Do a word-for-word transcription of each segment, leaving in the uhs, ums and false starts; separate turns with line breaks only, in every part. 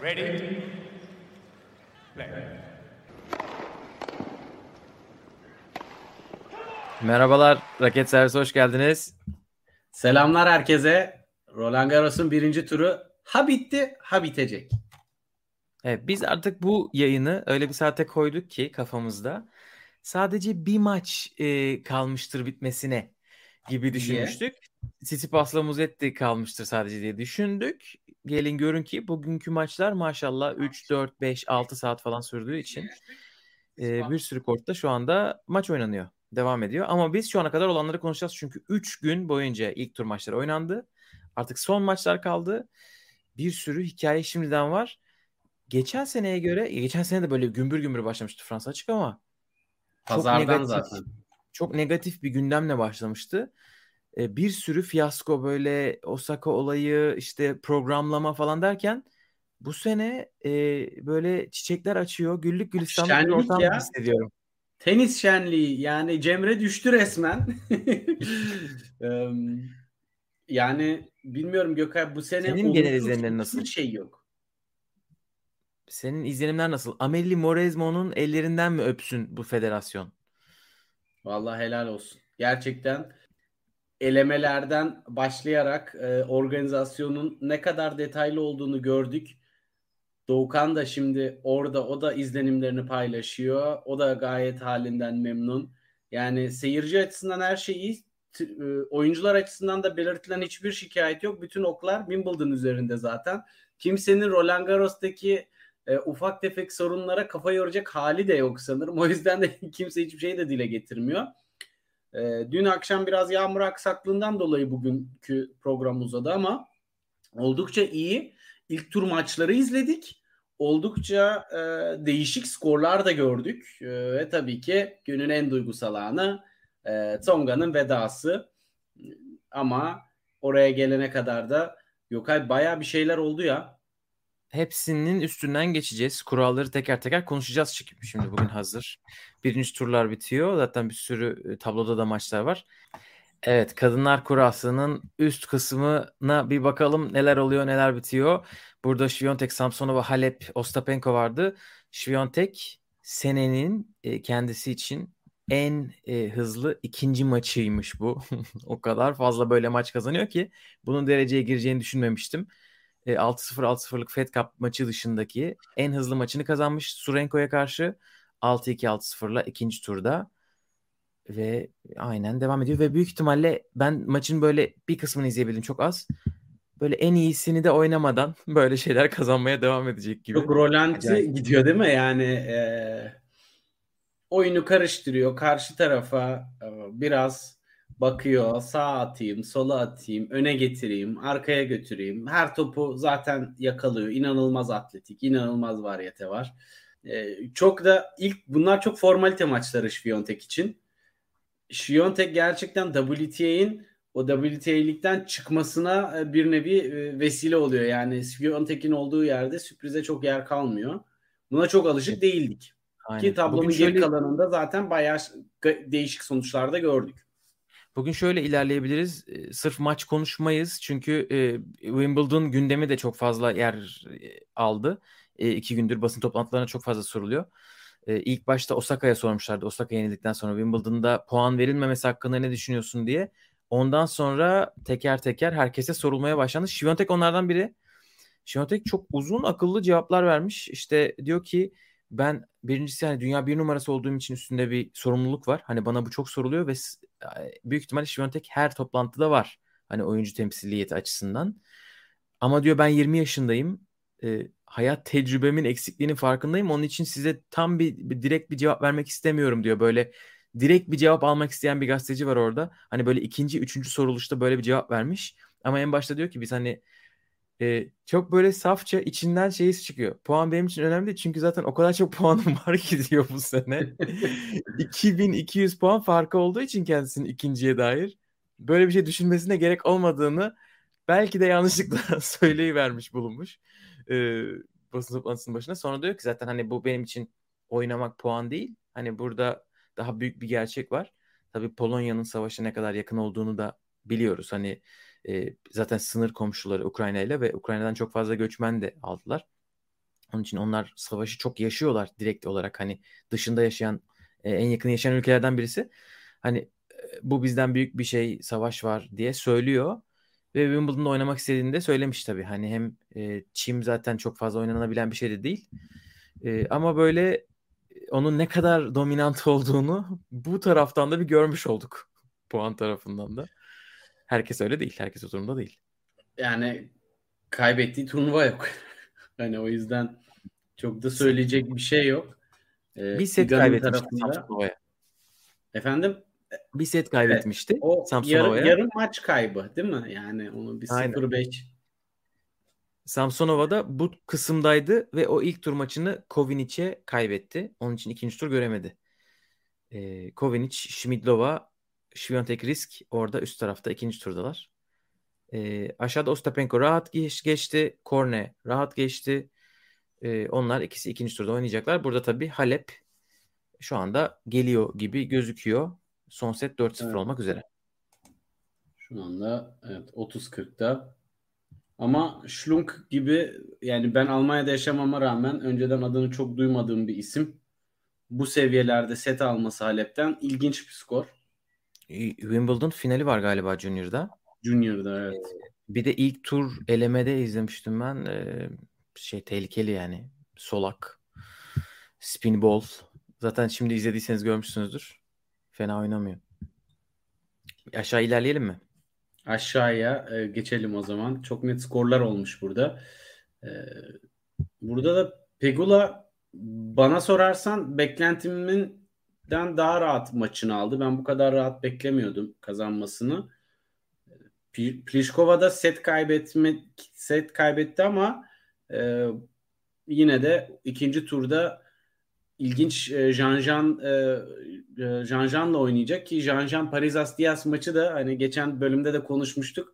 Ready? Play.
Merhabalar, Raket Servisi hoş geldiniz.
Selamlar herkese. Roland Garros'un birinci turu ha bitti ha bitecek.
Evet, biz artık bu yayını öyle bir saate koyduk ki kafamızda sadece bir maç e, kalmıştır bitmesine gibi düşünmüştük. Tsitsipas'la Musetti kalmıştır sadece diye düşündük. Gelin görün ki bugünkü maçlar maşallah üç, dört, beş, altı saat falan sürdüğü için e, bir sürü kortta şu anda maç oynanıyor. Devam ediyor. Ama biz şu ana kadar olanları konuşacağız. Çünkü üç gün boyunca ilk tur maçları oynandı. Artık son maçlar kaldı. Bir sürü hikaye şimdiden var. Geçen seneye göre, geçen sene de böyle gümbür gümbür başlamıştı Fransa açık ama çok
Pazardan
negatif,
zaten.
çok negatif bir gündemle başlamıştı. E, bir sürü fiyasko böyle Osaka olayı işte programlama falan derken bu sene e, böyle çiçekler açıyor, güllük gülistanlık bir
Şenlik
ortam
ya.
hissediyorum.
Tenis şenliği yani Cemre düştü resmen. Em, yani bilmiyorum Gökay, bu sene
Senin genel
olumsuz
izlenimlerin
hiçbir
nasıl?
şey yok.
Senin izlenimler nasıl? Amélie Mauresmo'nun ellerinden mi öpsün bu federasyon?
Vallahi helal olsun. Gerçekten elemelerden başlayarak e, organizasyonun ne kadar detaylı olduğunu gördük. Doğukan da şimdi orada, o da izlenimlerini paylaşıyor. O da gayet halinden memnun. Yani seyirci açısından her şey iyi. T- e, Oyuncular açısından da belirtilen hiçbir şikayet yok. Bütün oklar Wimbledon üzerinde zaten. Kimsenin Roland Garros'taki e, ufak tefek sorunlara kafa yoracak hali de yok sanırım. O yüzden de kimse hiçbir şey de dile getirmiyor. E, dün akşam biraz yağmur aksaklığından dolayı bugünkü program uzadı ama oldukça iyi. İlk tur maçları izledik. Oldukça e, değişik skorlar da gördük. E, ve tabii ki günün en duygusal anı e, Tsonga'nın vedası. Ama oraya gelene kadar da Gökay bayağı bir şeyler oldu ya.
Hepsinin üstünden geçeceğiz. Kuralları teker teker konuşacağız çünkü şimdi bugün hazır. Birinci turlar bitiyor. Zaten bir sürü e, tabloda da maçlar var. Evet, Kadınlar Kurası'nın üst kısmına bir bakalım neler oluyor, neler bitiyor. Burada Świątek, Samsonova, Halep, Ostapenko vardı. Świątek senenin e, kendisi için en e, hızlı ikinci maçıymış bu. O kadar fazla böyle maç kazanıyor ki bunun dereceye gireceğini düşünmemiştim. E, altı sıfır altı sıfırlık Fed Cup maçı dışındaki en hızlı maçını kazanmış Surenko'ya karşı altı iki altı sıfırla ikinci turda ve aynen devam ediyor ve büyük ihtimalle ben maçın böyle bir kısmını izleyebildim çok az. Böyle en iyisini de oynamadan böyle şeyler kazanmaya devam edecek gibi.
Çok rolanti
Acayip.
gidiyor değil mi? Yani e, oyunu karıştırıyor. Karşı tarafa e, biraz bakıyor. Sağa atayım, sola atayım, öne getireyim, arkaya götüreyim. Her topu zaten yakalıyor. İnanılmaz atletik, inanılmaz varyete var. E, çok da ilk bunlar çok formalite maçları Świątek için. Świątek gerçekten W T A'in o W T A'likten çıkmasına e, bir nevi e, vesile oluyor. Yani Świątek'in olduğu yerde sürprize çok yer kalmıyor. Buna çok alışık değildik. Ki
Aynen. Bugün
tablonun geri
şöyle
kalanında zaten bayağı değişik sonuçlar da gördük.
bugün şöyle ilerleyebiliriz. E, sırf maç konuşmayız çünkü e, Wimbledon gündemi de çok fazla yer e, aldı. E, iki gündür basın toplantılarına çok fazla soruluyor. E, ilk başta Osaka'ya sormuşlardı. Osaka yenildikten sonra Wimbledon'da puan verilmemesi hakkında ne düşünüyorsun diye. Ondan sonra teker teker herkese sorulmaya başlandı. Świątek onlardan biri. Świątek çok uzun akıllı cevaplar vermiş. İşte diyor ki ben birincisi hani dünya bir numarası olduğum için üstünde bir sorumluluk var. Hani bana bu çok soruluyor ve s- büyük ihtimalle Świątek her toplantıda var. Hani oyuncu temsiliyeti açısından. Ama diyor ben yirmi yaşındayım. E, hayat tecrübemin eksikliğinin farkındayım. Onun için size tam bir, bir direkt bir cevap vermek istemiyorum diyor. Böyle direkt bir cevap almak isteyen bir gazeteci var orada. Hani böyle ikinci, üçüncü soruluşta böyle bir cevap vermiş. Ama en başta diyor ki biz hani e, çok böyle safça içinden şeyi çıkıyor. Puan benim için önemli değil çünkü zaten o kadar çok puanım var ki diyor bu sene. iki bin iki yüz puan farkı olduğu için kendisinin ikinciye dair böyle bir şey düşünmesine gerek olmadığını belki de yanlışlıkla söyleyivermiş bulunmuş. E, basın toplantısının başına. Sonra diyor ki zaten hani bu benim için oynamak puan değil. Hani burada daha büyük bir gerçek var. Tabii Polonya'nın savaşa ne kadar yakın olduğunu da biliyoruz. Hani e, zaten sınır komşuları Ukrayna ile ve Ukrayna'dan çok fazla göçmen de aldılar. Onun için onlar savaşı çok yaşıyorlar direkt olarak. Hani dışında yaşayan, e, en yakın yaşayan ülkelerden birisi. Hani e, bu bizden büyük bir şey, savaş var diye söylüyor. Ve Wimbledon'da oynamak istediğini de söylemiş tabii. Hani hem e, çim zaten çok fazla oynanabilen bir şey de değil. E, ama böyle e, onun ne kadar dominant olduğunu bu taraftan da bir görmüş olduk. Puan tarafından da. Herkes öyle değil. Herkes o durumda değil.
Yani kaybettiği turnuva yok. Hani o yüzden çok da
Set,
söyleyecek bir şey yok. Ee,
bir set
Igan'ın
kaybetmişti
tarafında
Samsonova'ya.
efendim
Bir set
evet,
kaybetmişti
o yarı,
Samsonova'ya.
yarım maç kaybı değil mi? Yani onu bir
Aynen.
sıfır beş.
Samsonova da bu kısımdaydı ve o ilk tur maçını Kovinic'e kaybetti. Onun için ikinci tur göremedi. Ee, Kovinic, Schmidlova, Świątek Risk orada üst tarafta ikinci turdalar. Ee, aşağıda Ostapenko rahat geç, geçti. Korne rahat geçti. Ee, onlar ikisi ikinci turda oynayacaklar. Burada tabii Halep şu anda geliyor gibi gözüküyor. Son set dört sıfır
Evet,
olmak üzere.
şu anda evet otuz kırkta. Ama Schlunk gibi, yani ben Almanya'da yaşamama rağmen önceden adını çok duymadığım bir isim. Bu seviyelerde set alması Halep'ten ilginç bir skor.
Ee, Wimbledon finali var galiba Junior'da.
Junior'da
Ee,
evet.
Bir de ilk tur elemede izlemiştim ben. Ee, şey tehlikeli yani. Solak. Spin ball. Zaten şimdi izlediyseniz görmüşsünüzdür. Fena oynamıyor. Aşağı ilerleyelim mi?
Aşağıya e, geçelim o zaman. Çok net skorlar olmuş burada. E, burada da Pegula, bana sorarsan beklentimden daha rahat maçını aldı. Ben bu kadar rahat beklemiyordum kazanmasını. Pi- Pliskova set kaybetme set kaybetti ama e, yine de ikinci turda ilginç e, Jean-Jean e, e, Jean-Jean'la oynayacak ki Jean-Jean Paris-Diaz maçı da hani geçen bölümde de konuşmuştuk.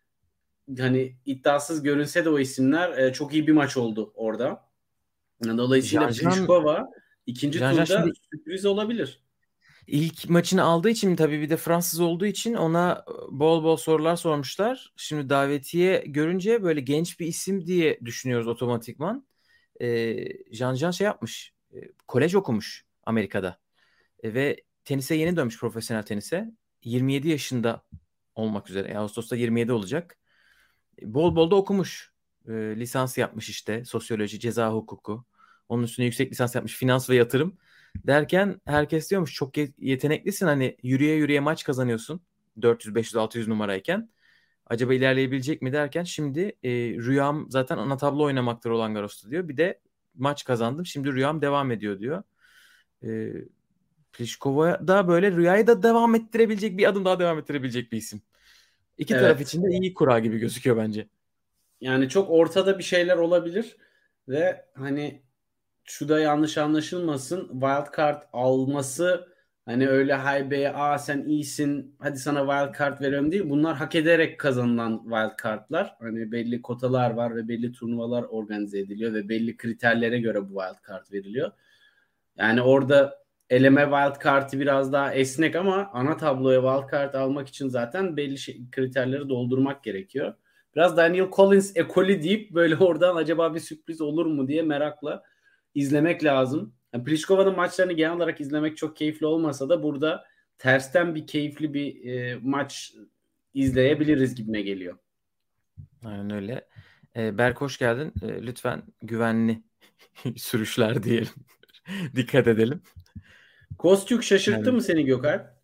Hani iddiasız görünse de o isimler e, çok iyi bir maç oldu orada. Dolayısıyla
Janjan,
Pliskova ikinci
Janjan
turda
şimdi
sürpriz olabilir.
ilk maçını aldığı için tabii bir de Fransız olduğu için ona bol bol sorular sormuşlar. Şimdi davetiye görünce böyle genç bir isim diye düşünüyoruz otomatikman. Ee, Janjan şey yapmış. E, kolej okumuş Amerika'da. E, ve tenise yeni dönmüş, profesyonel tenise. yirmi yedi yaşında olmak üzere. E, Ağustos'ta yirmi yedi olacak. E, bol bol da okumuş. E, lisans yapmış işte. Sosyoloji, ceza hukuku. Onun üstüne yüksek lisans yapmış. Finans ve yatırım. Derken herkes diyormuş çok ye- yeteneklisin. Hani yürüye yürüye maç kazanıyorsun. dört yüz, beş yüz, altı yüz numarayken. Acaba ilerleyebilecek mi derken şimdi e, rüyam zaten ana tablo oynamaktır Roland Garros'ta diyor. Bir de maç kazandım. Şimdi rüyam devam ediyor diyor. E, Pliskova da böyle rüyayı da devam ettirebilecek, bir adım daha devam ettirebilecek bir isim. İki taraf
Evet.
için de iyi kura gibi gözüküyor bence.
Yani çok ortada bir şeyler olabilir ve hani şu da yanlış anlaşılmasın. Wild card alması hani öyle haybeye aa sen iyisin hadi sana wild card veriyorum değil. Bunlar hak ederek kazanılan wild card'lar. Hani belli kotalar var ve belli turnuvalar organize ediliyor ve belli kriterlere göre bu wild card veriliyor. Yani orada eleme wild card'ı biraz daha esnek ama ana tabloya wild card almak için zaten belli şey, kriterleri doldurmak gerekiyor. Biraz Daniel Collins ekolü deyip böyle oradan acaba bir sürpriz olur mu diye merakla izlemek lazım. Yani Pliškova'nın maçlarını genel olarak izlemek çok keyifli olmasa da burada tersten bir keyifli bir e, maç izleyebiliriz gibime geliyor.
Aynen öyle. E, Berk hoş geldin. E, lütfen güvenli sürüşler diyelim. Dikkat edelim.
Kostyuk şaşırttı
Yani,
mı seni Gökhan?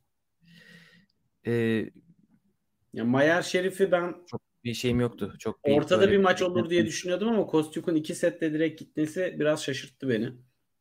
e,
Ya Mayer Şerif'i ben
çok bir şeyim yoktu. Çok bir
ortada bir
böyle
maç olur diye
beklentim.
düşünüyordum ama Kostyuk'un iki sette direkt gitmesi biraz şaşırttı beni.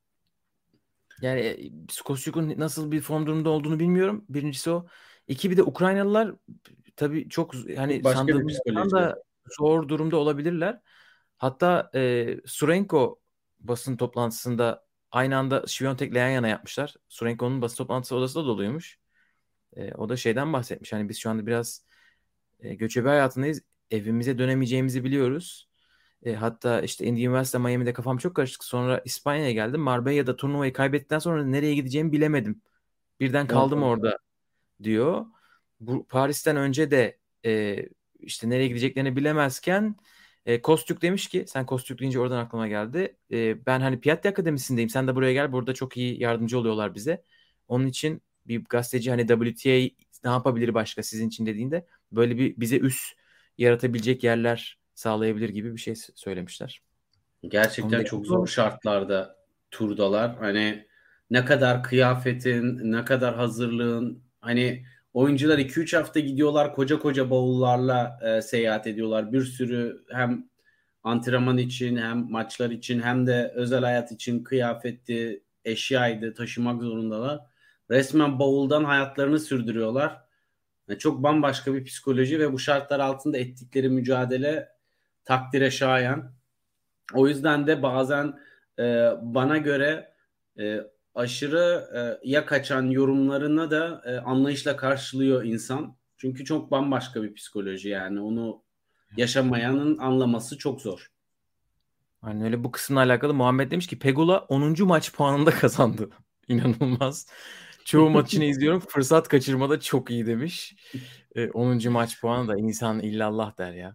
Yani e, Kostyuk'un nasıl bir form durumda olduğunu bilmiyorum. Birincisi o. İki, bir de Ukraynalılar tabii çok
Çok
hani
başka bir
sandığımızdan
psikoloji.
da zor durumda olabilirler. Hatta e, Surenko basın toplantısında aynı anda Świątek'le yan yana yapmışlar. Surenko'nun basın toplantısı odası da doluymuş. E, o da şeyden bahsetmiş. Hani biz şu anda biraz e, göçebe hayatındayız. Evimize dönemeyeceğimizi biliyoruz. E, hatta işte Indy Üniversite Miami'de kafam çok karışık. Sonra İspanya'ya geldim. Marbella'da turnuvayı kaybettikten sonra nereye gideceğimi bilemedim. Birden kaldım
Ortada.
orada diyor. Bu Paris'ten önce de e, işte nereye gideceklerini bilemezken E, Kostük demiş ki, sen Kostük deyince oradan aklıma geldi. E, ben hani Piatti Akademisi'ndeyim. Sen de buraya gel. Burada çok iyi yardımcı oluyorlar bize. Onun için bir gazeteci hani W T A ne yapabilir başka sizin için dediğinde böyle bir bize üs yaratabilecek yerler sağlayabilir gibi bir şey s- söylemişler. Onu
Gerçekten
da
çok zor şartlarda turdalar. Hani ne kadar kıyafetin, ne kadar hazırlığın, hani oyuncular iki üç hafta gidiyorlar, koca koca bavullarla e, seyahat ediyorlar. Bir sürü hem antrenman için hem maçlar için hem de özel hayat için kıyafetti, eşyaydı taşımak zorundalar. Resmen bavuldan hayatlarını sürdürüyorlar. Yani çok bambaşka bir psikoloji ve bu şartlar altında ettikleri mücadele takdire şayan. O yüzden de bazen e, bana göre e, aşırı e, ya kaçan yorumlarına da e, anlayışla karşılıyor insan. Çünkü çok bambaşka bir psikoloji, yani onu yaşamayanın anlaması çok zor.
Aynen öyle. Bu kısımla alakalı Muhammed demiş ki Pegula onuncu maç puanında kazandı. İnanılmaz. Çoğu maçını izliyorum. Fırsat kaçırmada çok iyi demiş. E, onuncu maç puanı da insan illallah der ya.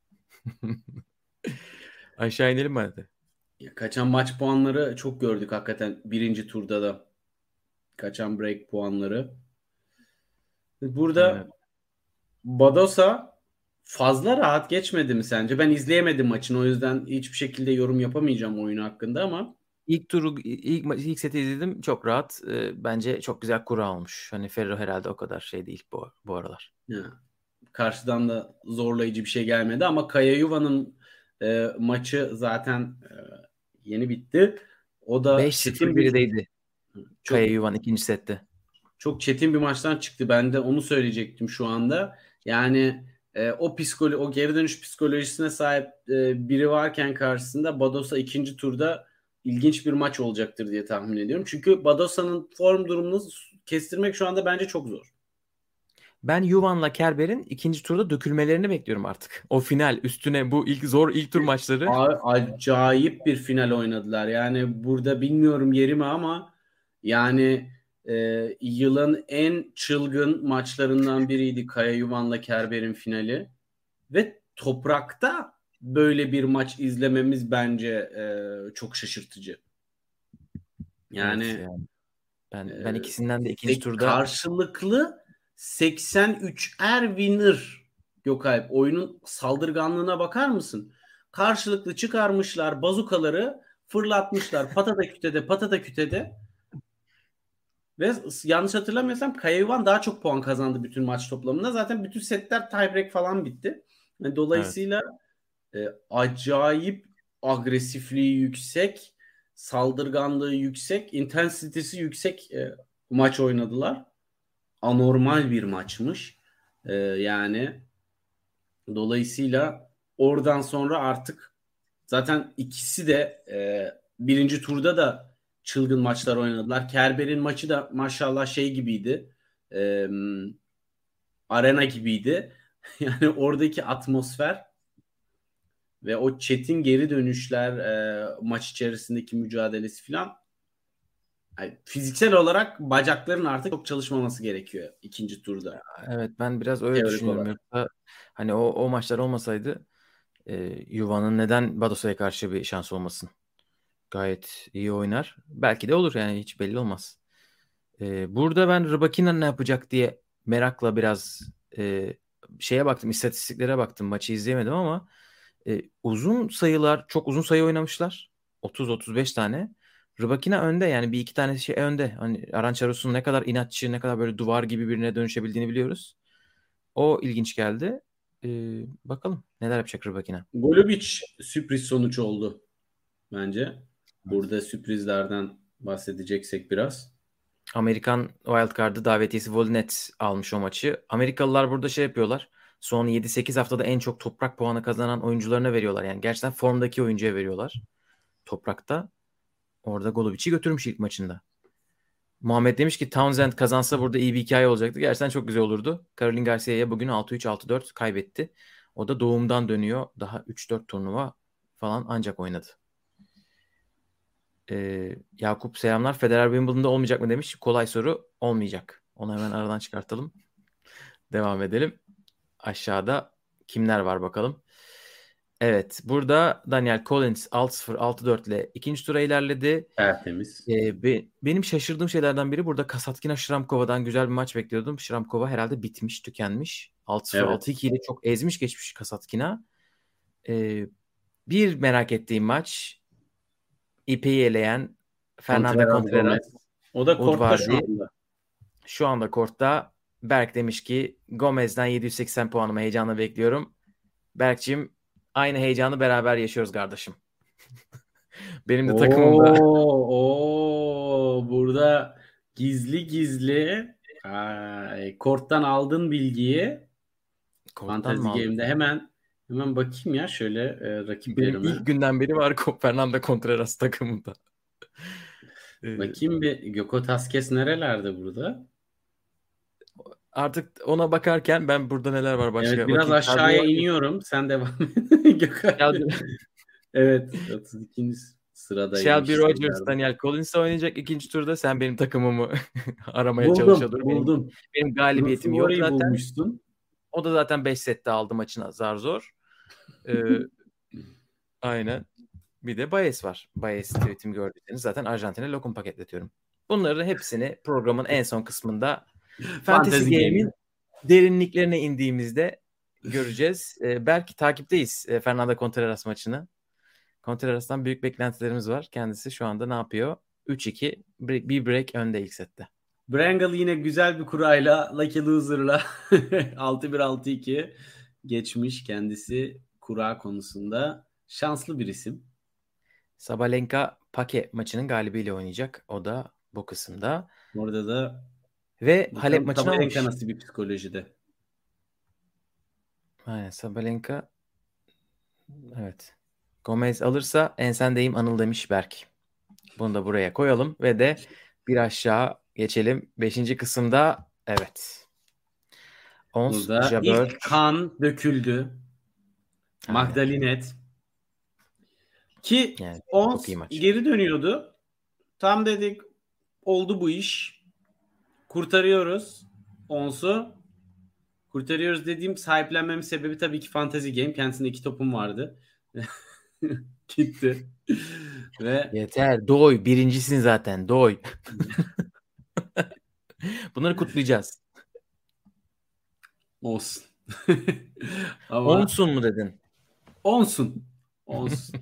Aşağı inelim mi hadi?
Ya, kaçan maç puanları çok gördük hakikaten birinci turda da. Kaçan break puanları.
Evet.
Burada Badosa fazla rahat geçmedi mi sence? Ben izleyemedim maçını, o yüzden hiçbir şekilde yorum yapamayacağım oyunu hakkında ama
İlk turu ilk ma- ilk seti izledim. Çok rahat. E, bence çok güzel kura almış. Hani Ferro herhalde o kadar şey değil bu bu aralar.
ya, karşıdan da zorlayıcı bir şey gelmedi ama Kaya Yuva'nın e, maçı zaten e, yeni bitti. O da
beş sıfır
çetin bir
gerideydi Kaya
çok
Yuvan ikinci sette.
çok çetin bir maçtan çıktı. Ben de onu söyleyecektim şu anda. Yani e, o psikolo o geri dönüş psikolojisine sahip e, biri varken karşısında Badosa ikinci turda ilginç bir maç olacaktır diye tahmin ediyorum. Çünkü Badosa'nın form durumunu kestirmek şu anda bence çok zor.
Ben Yuvan'la Kerber'in ikinci turda dökülmelerini bekliyorum artık. O final üstüne bu ilk zor ilk tur maçları.
A- acayip bir final oynadılar. Yani burada bilmiyorum yerimi ama yani e, yılın en çılgın maçlarından biriydi Kaya Yuvan'la Kerber'in finali. Ve toprakta böyle bir maç izlememiz bence e, çok şaşırtıcı.
Evet
Yani
yani ben
e,
ben ikisinden de ikinci
sek-
turda
karşılıklı seksen üçer winner Gökalp. Oyunun saldırganlığına bakar mısın? Karşılıklı çıkarmışlar bazukaları, fırlatmışlar patata kütede patata kütede ve yanlış hatırlamıyorsam Kayıvan daha çok puan kazandı bütün maç toplamında. Zaten bütün setler tiebreak falan bitti. Yani
evet.
dolayısıyla E, acayip agresifliği yüksek, saldırganlığı yüksek, intensitesi yüksek e, maç oynadılar. Anormal bir maçmış. E, yani dolayısıyla oradan sonra artık zaten ikisi de e, birinci turda da çılgın maçlar oynadılar. Kerber'in maçı da maşallah şey gibiydi. E, arena gibiydi. Yani oradaki atmosfer ve o Chet'in geri dönüşler, e, maç içerisindeki mücadelesi falan, yani fiziksel olarak bacakların artık çok çalışmaması gerekiyor ikinci turda
Evet ben biraz öyle
teorik
düşünüyorum.
olarak.
Yoksa hani o, o maçlar olmasaydı e, Yuva'nın neden Badosa'ya karşı bir şans olmasın? Gayet iyi oynar. Belki de olur yani hiç belli olmaz. E, burada ben Rybakina ne yapacak diye merakla biraz e, şeye baktım, istatistiklere baktım. Maçı izleyemedim ama e, uzun sayılar, çok uzun sayı oynamışlar. otuz otuz beş tane. Rybakina önde yani bir iki tane şey önde. Hani Arançaros'un ne kadar inatçı, ne kadar böyle duvar gibi birine dönüşebildiğini biliyoruz. O ilginç geldi. E, bakalım neler yapacak Rybakina.
Golubic sürpriz sonuç oldu bence.
Evet.
Burada sürprizlerden bahsedeceksek biraz.
Amerikan Wildcard'ı davetiyesi Volinet almış o maçı. Amerikalılar burada şey yapıyorlar. Son yedi sekiz haftada en çok toprak puanı kazanan oyuncularına veriyorlar. Yani gerçekten formdaki oyuncuya veriyorlar. Toprakta. Orada Golubic'i götürmüş ilk maçında. Muhammed demiş ki Townsend kazansa burada iyi bir hikaye olacaktı. Gerçekten çok güzel olurdu. Caroline Garcia'ya bugün altı üç altı dört kaybetti. O da doğumdan dönüyor. Daha üç dört turnuva falan ancak oynadı. Ee, Yakup selamlar. Federer Wimbledon'da olmayacak mı demiş. Kolay soru. Olmayacak. Onu hemen aradan çıkartalım. Devam edelim. Aşağıda kimler var bakalım. Evet. Burada Daniel Collins altı sıfır altı dört ile ikinci tura ilerledi.
Tertemiz.
Ee, be- benim şaşırdığım şeylerden biri burada Kasatkina Şramkova'dan güzel bir maç bekliyordum. Şramkova herhalde bitmiş, tükenmiş. altı sıfır
Evet.
altı iki ile çok ezmiş geçmiş Kasatkina. Ee, bir merak ettiğim maç İpeyi eleyen Fernando
Contreras
Contreras.
Gomez. O da kortta şu
Udvardy.
anda.
Şu anda kortta. Berk demiş ki Gomez'den yedi yüz seksen puanımı heyecanla bekliyorum. Berk'cim aynı heyecanı beraber yaşıyoruz kardeşim. Benim de takımımda.
Oo, oo, burada gizli gizli ay, korttan aldın bilgiyi.
Korttan
Fantasy
mı aldın?
Game'de hemen hemen bakayım ya şöyle e,
Benim
rakiplerime.
ilk günden beri var Fernando Contreras takımımda. Ee,
Bakayım bir Göko Taskes nerelerde burada?
artık ona bakarken ben burada neler var
Evet
başka
biraz
bakayım. Shelby
aşağıya
Rogers.
iniyorum. Sen devam et. Gökhan.
Shelby,
Evet otuz ikinci
Shelby
sıradaymış
Rogers,
sayılarda.
Daniel Collins oynayacak ikinci turda. Sen benim takımımı aramaya
Buldum,
çalışıyordun. Benim,
buldum.
benim galibiyetim yok
Flori'yi
zaten.
bulmuşsun.
O da zaten beş sette aldı maçına zar zor. Ee, aynen. Bir de Baez var. Baez tweetimi gördüyseniz zaten Arjantin'e lokum paketletiyorum. Bunların hepsini programın en son kısmında Fantasy
Fantasy
Game'in
Game.
derinliklerine indiğimizde göreceğiz. Ee, belki takipteyiz e, Fernando Contreras maçını. Contreras'tan büyük beklentilerimiz var. Kendisi şu anda ne yapıyor? üç iki bir bir break önde ilk sette.
Brangle yine güzel bir kurayla Lucky Loser'la altı bir altı iki geçmiş kendisi kura konusunda. Şanslı bir isim.
Sabalenka Pake maçının galibiyle oynayacak. O da bu kısımda.
Orada da
Ve Halep
bakalım
maçını
Sabalenka
almış.
nasıl bir psikolojide.
Aynen Sabalenka. Evet. Gomez alırsa ensendeyim Anıl demiş Berk. Bunu da buraya koyalım ve de bir aşağı geçelim. Beşinci kısımda evet. Ons
Burada
Jabeur.
ilk kan döküldü.
Aynen.
Magdalinet. Ki
Yani
Ons
çok iyi maç.
geri dönüyordu. Tam dedik oldu bu iş. Kurtarıyoruz Ons'u. Kurtarıyoruz dediğim sahiplenmem sebebi tabii ki Fantasy Game. Kendisinde iki topum vardı. Gitti. Ve
Yeter. Doy. Birincisin zaten. Doy. Bunları kutlayacağız.
olsun. Ama
Onsun mu dedin?
Onsun. Onsun.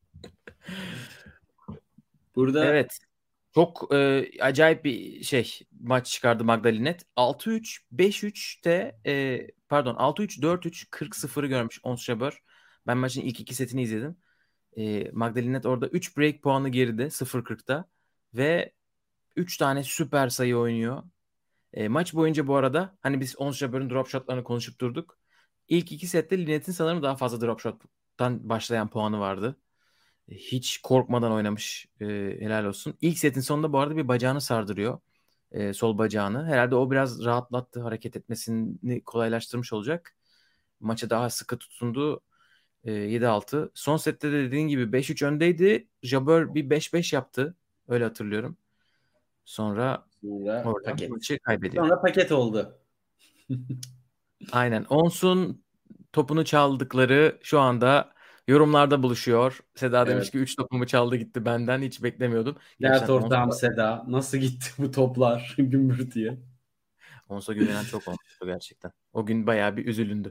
Burada
Evet. Çok e, acayip bir şey maç çıkardı Magdalinet. altı üç, beş üçte e, pardon altı üç, dört üç, kırk sıfırı görmüş Ons Jabeur. Ben maçın ilk iki setini izledim. E, Magdalinet orada üç break puanı geride sıfır kırkta ve üç tane süper sayı oynuyor. E, maç boyunca bu arada hani biz Ons Jabeur'ün drop shotlarını konuşup durduk. İlk iki sette Linette'in sanırım daha fazla drop shot'tan başlayan puanı vardı. Hiç korkmadan oynamış. E, helal olsun. İlk setin sonunda bu arada bir bacağını sardırıyor. E, sol bacağını. Herhalde o biraz rahatlattı. Hareket etmesini kolaylaştırmış olacak. Maça daha sıkı tutundu. E, yedi altı. Son sette de dediğin gibi beş üç öndeydi. Jabeur bir beş beş yaptı. Öyle hatırlıyorum. Sonra
sonra
oradan
paket.
maçı kaybediyor.
Sonra paket oldu.
Aynen. Ons'un topunu çaldıkları şu anda yorumlarda buluşuyor. Seda
Evet.
demiş ki üç topumu çaldı gitti benden. Hiç beklemiyordum.
Dert
Gerçekten
ortağım
Ons'a,
Seda. Nasıl gitti bu toplar gümbürtüye?
Ons'a güvenen çok olmuştu gerçekten. O gün bayağı bir üzülündü.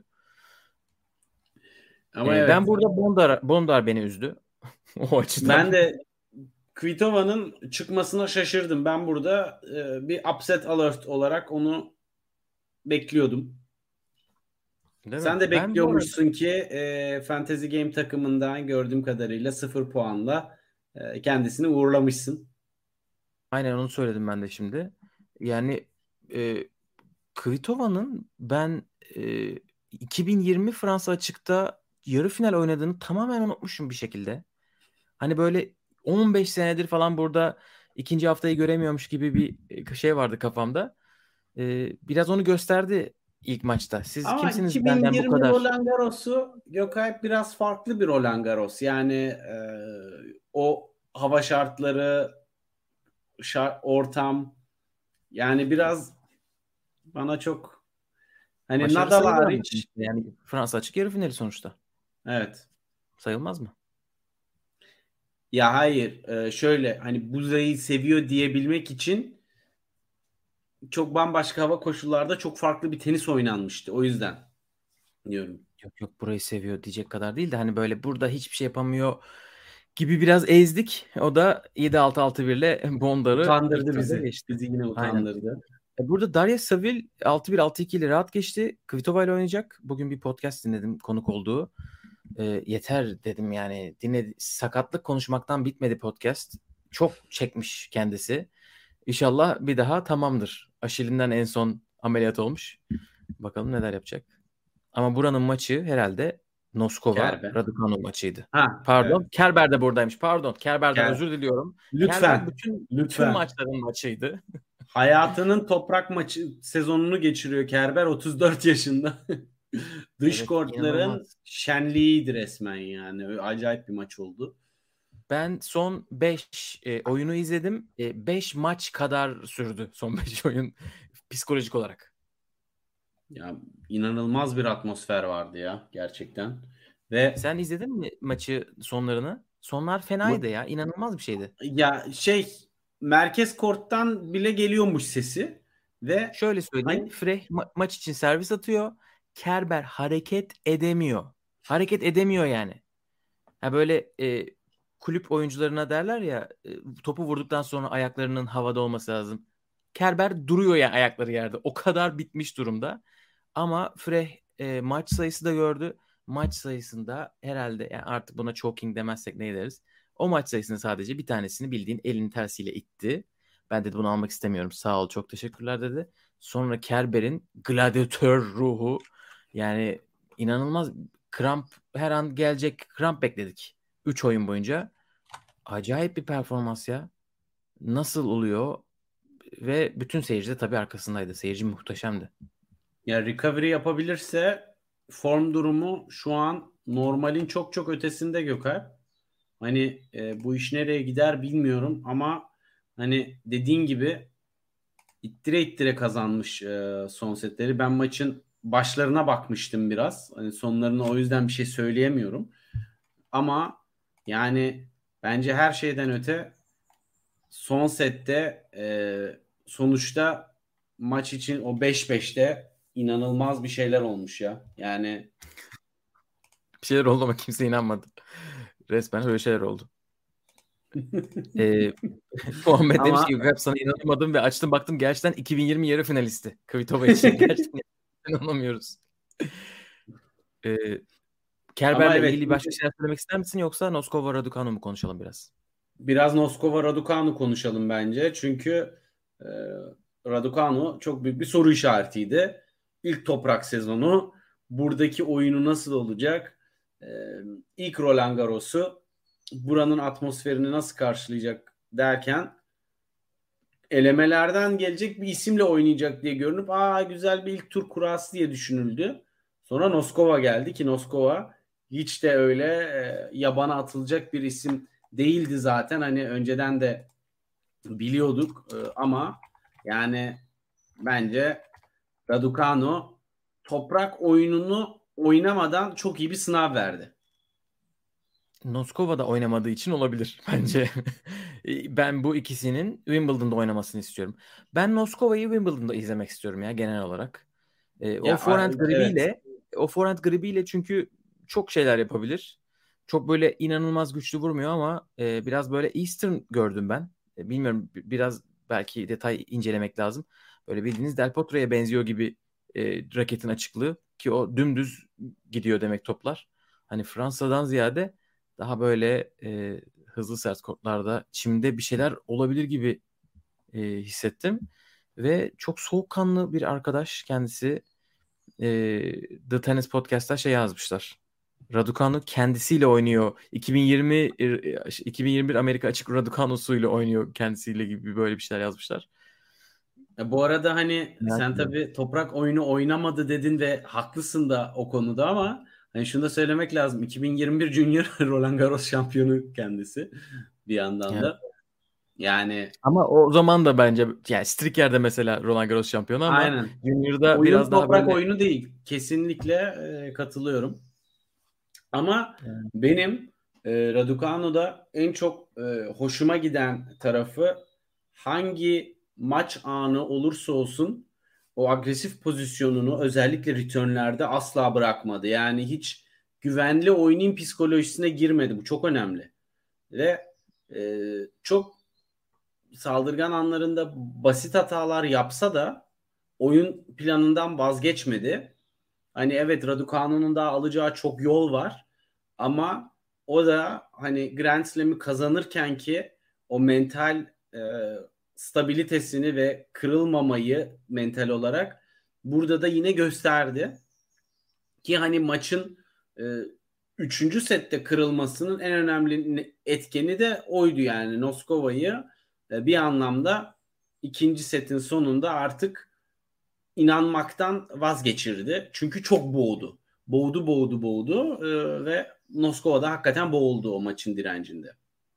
Ama
Ee,
evet.
ben burada Bondar, Bondar beni üzdü. O açıdan.
Ben de Kvitova'nın çıkmasına şaşırdım. Ben burada e, bir upset alert olarak onu bekliyordum.
Değil
Sen
mi?
de
Ben bu arada-
bekliyormuşsun ki e, Fantasy Game takımından gördüğüm kadarıyla sıfır puanla e, kendisini uğurlamışsın.
Aynen onu söyledim ben de şimdi. Yani e, Kvitova'nın ben e, iki bin yirmi Fransa açıkta yarı final oynadığını tamamen unutmuşum bir şekilde. Hani böyle on beş senedir falan burada ikinci haftayı göremiyormuş gibi bir şey vardı kafamda. Ee, biraz onu gösterdi ilk maçta. Siz
Ama
kimsiniz benden bu
iki bin yirmi
kadar?
Roland Garros'u Gökalp biraz farklı bir Roland Garros. Yani e, o hava şartları, şart, ortam yani biraz bana çok hani
Başarı
Nadal
sayılır ama
hariç
yani Fransa açık yarı finali sonuçta.
evet.
Sayılmaz mı?
Ya hayır. E, şöyle hani buzayı seviyor diyebilmek için çok bambaşka hava koşullarda çok farklı bir tenis oynanmıştı. O yüzden diyorum.
Yok yok, burayı seviyor diyecek kadar değil de hani böyle burada hiçbir şey yapamıyor gibi biraz ezdik. O da yedi altı altı bir ile Bondar'ı ilk
Utandırdı
turda
bizi.
geçti.
Bizi yine
Aynen.
utandırdı.
E, Burada Darya Savil altı bir altı iki ile rahat geçti. Kvitova ile oynayacak. Bugün bir podcast dinledim konuk olduğu. E, yeter dedim yani. Dinledi. Sakatlık konuşmaktan bitmedi podcast. Çok çekmiş kendisi. İnşallah bir daha tamamdır. Aşilinden en son ameliyat olmuş. Bakalım neler yapacak. Ama buranın maçı herhalde Noskova
Kerber.
Raducanu maçıydı.
Ha,
Pardon.
evet.
Kerber de buradaymış. Pardon. Kerber'den
Ker-
özür diliyorum.
Lütfen.
Kerber bütün, bütün
Lütfen.
maçların maçıydı.
Hayatının toprak maçı sezonunu geçiriyor Kerber otuz dört yaşında. Dış
Evet,
kortların
inanılmaz.
şenliğiydi resmen yani. Öyle acayip bir maç oldu.
Ben son beş e, oyunu izledim. beş maç kadar sürdü son beş oyun psikolojik olarak.
Ya inanılmaz bir atmosfer vardı ya gerçekten. Ve
Sen izledin mi maçı sonlarını? Sonlar fenaydı ya. İnanılmaz bir şeydi.
ya şey merkez korttan bile geliyormuş sesi ve
Şöyle söyleyeyim.
hani
Frey ma- maç için servis atıyor. Kerber hareket edemiyor. Hareket edemiyor yani. Ha böyle e, kulüp oyuncularına derler ya e, topu vurduktan sonra ayaklarının havada olması lazım. Kerber duruyor ya ayakları yerde. O kadar bitmiş durumda. Ama Frey e, maç sayısı da gördü. Maç sayısında herhalde yani artık buna choking demezsek ne deriz? O maç sayısında sadece bir tanesini bildiğin elinin tersiyle itti. Ben dedi bunu almak istemiyorum. Sağ ol, çok teşekkürler dedi. Sonra Kerber'in gladyatör ruhu yani inanılmaz, kramp her an gelecek, kramp bekledik üç oyun boyunca. Acayip bir performans ya. Nasıl oluyor? Ve bütün seyirci de tabii arkasındaydı. Seyirci muhteşemdi.
ya recovery yapabilirse form durumu şu an normalin çok çok ötesinde Gökhan. Hani e, bu iş nereye gider bilmiyorum ama hani dediğin gibi ittire ittire kazanmış e, son setleri. Ben maçın başlarına bakmıştım biraz. Hani sonlarını o yüzden bir şey söyleyemiyorum. Ama yani bence her şeyden öte son sette e, sonuçta maç için o beş beşte inanılmaz bir şeyler olmuş ya. Yani
Bir şeyler oldu ama kimse inanmadı. Resmen öyle şeyler oldu. ee, Muhammed demiş
ama
ki hep sana inanamadım ve açtım baktım gerçekten iki bin yirmi yarı finalisti. Kvitova için gerçekten inanamıyoruz. Ee,
ama
Kerber'le
evet
ilgili başka şeyler söylemek ister misin yoksa Noskova Raducanu mu konuşalım biraz?
biraz Noskova Raducanu konuşalım bence. Çünkü e, Raducanu çok büyük bir soru işaretiydi. İlk toprak sezonu. Buradaki oyunu nasıl olacak? E, ilk Roland Garros'u buranın atmosferini nasıl karşılayacak derken elemelerden gelecek bir isimle oynayacak diye görünüp aa güzel bir ilk tur kurası diye düşünüldü. Sonra Noskova geldi ki Noskova hiç de öyle e, yabana atılacak bir isim değildi zaten. Hani önceden de biliyorduk e, ama yani bence Raducanu toprak oyununu oynamadan çok iyi bir sınav verdi.
Noskova'da oynamadığı için olabilir bence. Ben bu ikisinin Wimbledon'da oynamasını istiyorum. Ben Noskova'yı Wimbledon'da izlemek istiyorum ya genel olarak. E, o
Ya
forehand
evet.
gribiyle o forehand gribiyle çünkü çok şeyler yapabilir. Çok böyle inanılmaz güçlü vurmuyor ama e, biraz böyle Eastern gördüm ben. E, bilmiyorum b- biraz belki detay incelemek lazım. Böyle bildiğiniz Del Potro'ya benziyor gibi e, raketin açıklığı ki o dümdüz gidiyor demek toplar. Hani Fransa'dan ziyade daha böyle e, hızlı sert kortlarda çimde bir şeyler olabilir gibi e, hissettim. Ve çok soğukkanlı bir arkadaş kendisi. E, The Tennis Podcast'ta şey yazmışlar. Raducanu kendisiyle oynuyor. iki bin yirmi e, iki bin yirmi bir Amerika Açık Raducanu'suyla oynuyor kendisiyle gibi böyle bir şeyler yazmışlar.
Ya bu arada hani
Merak
sen
ediyorum.
tabii toprak oyunu oynamadı dedin ve haklısın da o konuda ama hani şunu da söylemek lazım. iki bin yirmi bir Junior Roland Garros şampiyonu kendisi bir yandan
Yani,
da. Yani
ama o zaman da bence yani Stricker'de mesela Roland Garros şampiyonu ama
aynen.
Junior'da
Oyun
biraz daha
toprak
böyle
oyunu değil. Kesinlikle e, katılıyorum. Ama
Yani.
benim e, Raducanu'da en çok e, hoşuma giden tarafı, hangi maç anı olursa olsun o agresif pozisyonunu özellikle returnlerde asla bırakmadı. Yani hiç güvenli oynayayım psikolojisine girmedi. Bu çok önemli. Ve e, çok saldırgan anlarında basit hatalar yapsa da oyun planından vazgeçmedi. Hani evet, Raducanu'nun daha alacağı çok yol var ama o da hani Grand Slam'i kazanırken ki o mental e, stabilitesini ve kırılmamayı mental olarak burada da yine gösterdi. Ki hani maçın e, üçüncü sette kırılmasının en önemli etkeni de oydu, yani Noskova'yı e, bir anlamda ikinci setin sonunda artık inanmaktan vazgeçirdi. Çünkü çok boğdu. Boğdu, boğdu, boğdu e, ve Noskova da hakikaten boğuldu o maçın direncinde.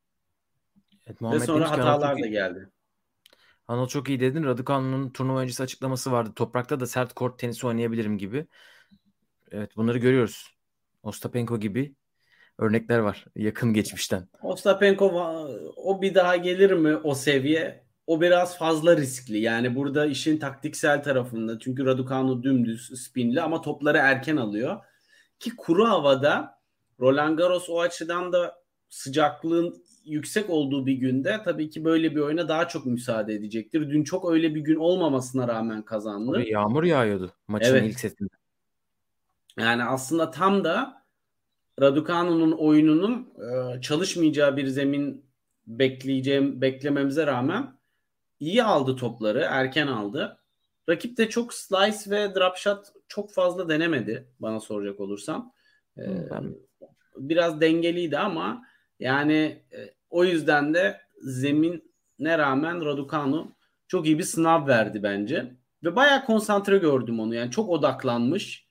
Evet,
Ve
Muhammed
sonra
demiş ki Anıl çok
hatalar da
iyi,
geldi.
Anıl çok iyi dedin. Raducanu'nun turnuva öncesi açıklaması vardı. Toprakta da sert kort tenisi oynayabilirim gibi. Evet, bunları görüyoruz. Ostapenko gibi örnekler var yakın geçmişten.
Ostapenko o bir daha gelir mi o seviye? O biraz fazla riskli. Yani burada işin taktiksel tarafında. Çünkü Raducanu dümdüz spinli ama topları erken alıyor. Ki kuru havada Roland Garros o açıdan da sıcaklığın yüksek olduğu bir günde tabii ki böyle bir oyuna daha çok müsaade edecektir. Dün çok öyle bir gün olmamasına rağmen
Oraya
kazandı.
yağmur yağıyordu maçın ilk
Evet.
setinde.
Yani aslında tam da Raducanu'nun oyununun e, çalışmayacağı bir zemin bekleyeceğim beklememize rağmen iyi aldı topları, erken aldı. Rakip de çok slice ve drop shot çok fazla denemedi bana soracak olursam. E,
Ben
Biraz dengeliydi ama yani e, o yüzden de zemine rağmen Raducanu çok iyi bir sınav verdi bence. Ve bayağı konsantre gördüm onu. Yani çok odaklanmış.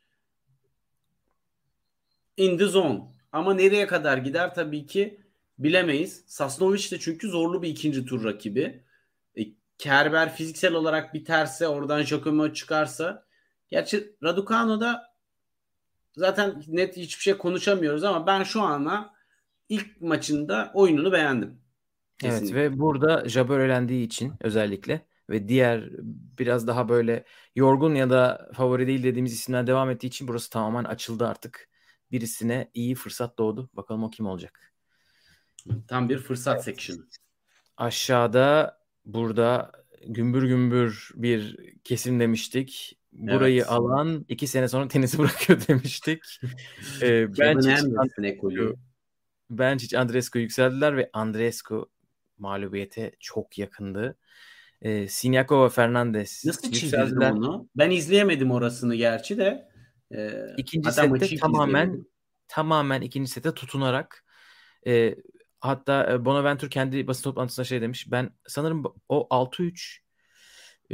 In the zone. Ama nereye kadar gider tabii ki bilemeyiz. Sasnovic de çünkü zorlu bir ikinci tur rakibi. E, Kerber fiziksel olarak biterse, oradan Giacomo çıkarsa. Gerçi Raducanu'da zaten net hiçbir şey konuşamıyoruz ama ben şu ana ilk maçında oyununu beğendim.
evet,
Kesinlikle.
ve burada Jabeur elendiği için özellikle ve diğer biraz daha böyle yorgun ya da favori değil dediğimiz isimler devam ettiği için burası tamamen açıldı artık. Birisine iyi fırsat doğdu. Bakalım o kim olacak.
Tam bir fırsat section'ı.
Aşağıda burada gümbür gümbür bir kesim demiştik. Burayı
Evet.
alan iki sene sonra tenisi bırakıyor demiştik. Ee,
Kevin
Bencic,
Anderson
Andreescu,
ekolü.
Bencic, Andreescu yükseldiler ve Andreescu mağlubiyete çok yakındı. Ee, Siniakova, Fernandez
Nasıl çevirdi
yükseldiler.
onu? Ben izleyemedim orasını gerçi de. Ee,
İkinci
hatta
sette
maçı hiç
tamamen
izleyemedim.
tamamen ikinci sete tutunarak e, hatta e, Bonaventure kendi basın toplantısında şey demiş. Ben sanırım o altı üç e,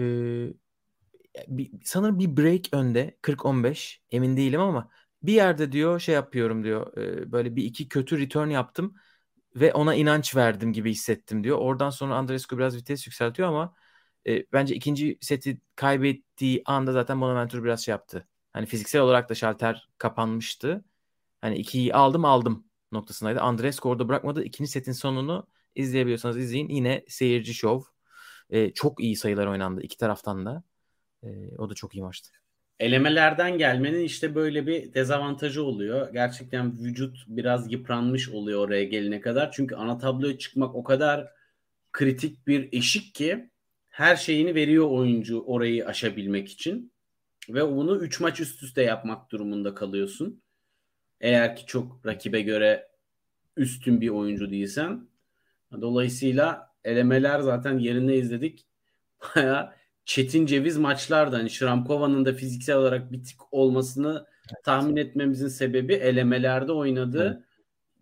bir, sanırım bir break önde kırk on beş emin değilim ama bir yerde diyor şey yapıyorum diyor. E, böyle bir iki kötü return yaptım ve ona inanç verdim gibi hissettim diyor. Oradan sonra Andreescu biraz vites yükseltiyor ama e, bence ikinci seti kaybettiği anda zaten Bonaventure biraz şey yaptı. Hani fiziksel olarak da şalter kapanmıştı. Hani ikiyi aldım aldım noktasındaydı. Andreescu orada bırakmadı. İkinci setin sonunu izleyebiliyorsanız izleyin. Yine seyirci şov. E, çok iyi sayılar oynandı iki taraftan da. E, o da çok iyi maçtı.
Elemelerden gelmenin işte böyle bir dezavantajı oluyor. Gerçekten vücut biraz yıpranmış oluyor oraya gelene kadar. Çünkü ana tabloya çıkmak o kadar kritik bir eşik ki her şeyini veriyor oyuncu orayı aşabilmek için. Ve bunu üç maç üst üste yapmak durumunda kalıyorsun. Eğer ki çok rakibe göre üstün bir oyuncu değilsen. Dolayısıyla elemeler zaten yerinde izledik. Baya çetin ceviz maçlardı. Hani Şramkova'nın da fiziksel olarak bir tık olmasını tahmin etmemizin sebebi elemelerde
Evet.
oynadığı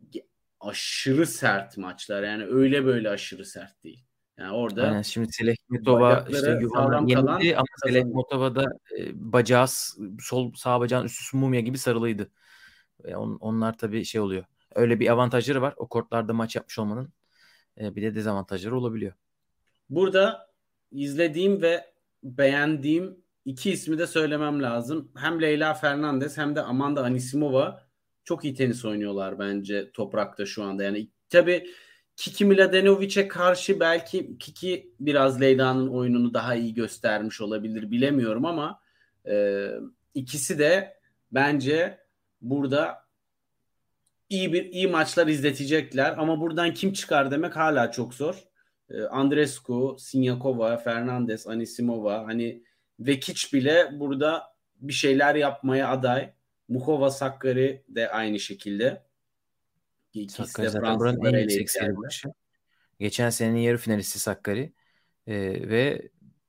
aşırı sert maçlar. Yani öyle böyle aşırı sert değil. Yani
Aynen,
orada
şimdi Selekmetova işte
bacakları
Yuvan'a
sağlam
yenildi
kalan
ama
kazanıyor.
Selekmetova da e, bacağı s- sol sağ bacağın üstü mumya gibi sarılıydı. E, on- onlar tabii şey oluyor. Öyle bir avantajları var. O kortlarda maç yapmış olmanın e, bir de dezavantajları olabiliyor.
Burada izlediğim ve beğendiğim iki ismi de söylemem lazım. Hem Leyla Fernandez hem de Amanda Anisimova çok iyi tenis oynuyorlar bence toprakta şu anda. Yani tabii Kiki Mladenovic'e karşı belki Kiki biraz Leyda'nın oyununu daha iyi göstermiş olabilir, bilemiyorum ama e, ikisi de bence burada iyi bir iyi maçlar izletecekler ama buradan kim çıkar demek hala çok zor. E, Andreescu, Siniakova, Fernandez, Anisimova, hani Vekic bile burada bir şeyler yapmaya aday. Muchova, Sakkari de aynı şekilde. İkisi
Sakkari
de
zaten buranın en
Fransızlara
yüksek
eleyip
seri
geldiler.
başı. Geçen senenin yarı finalisti Sakkari. Ee, ve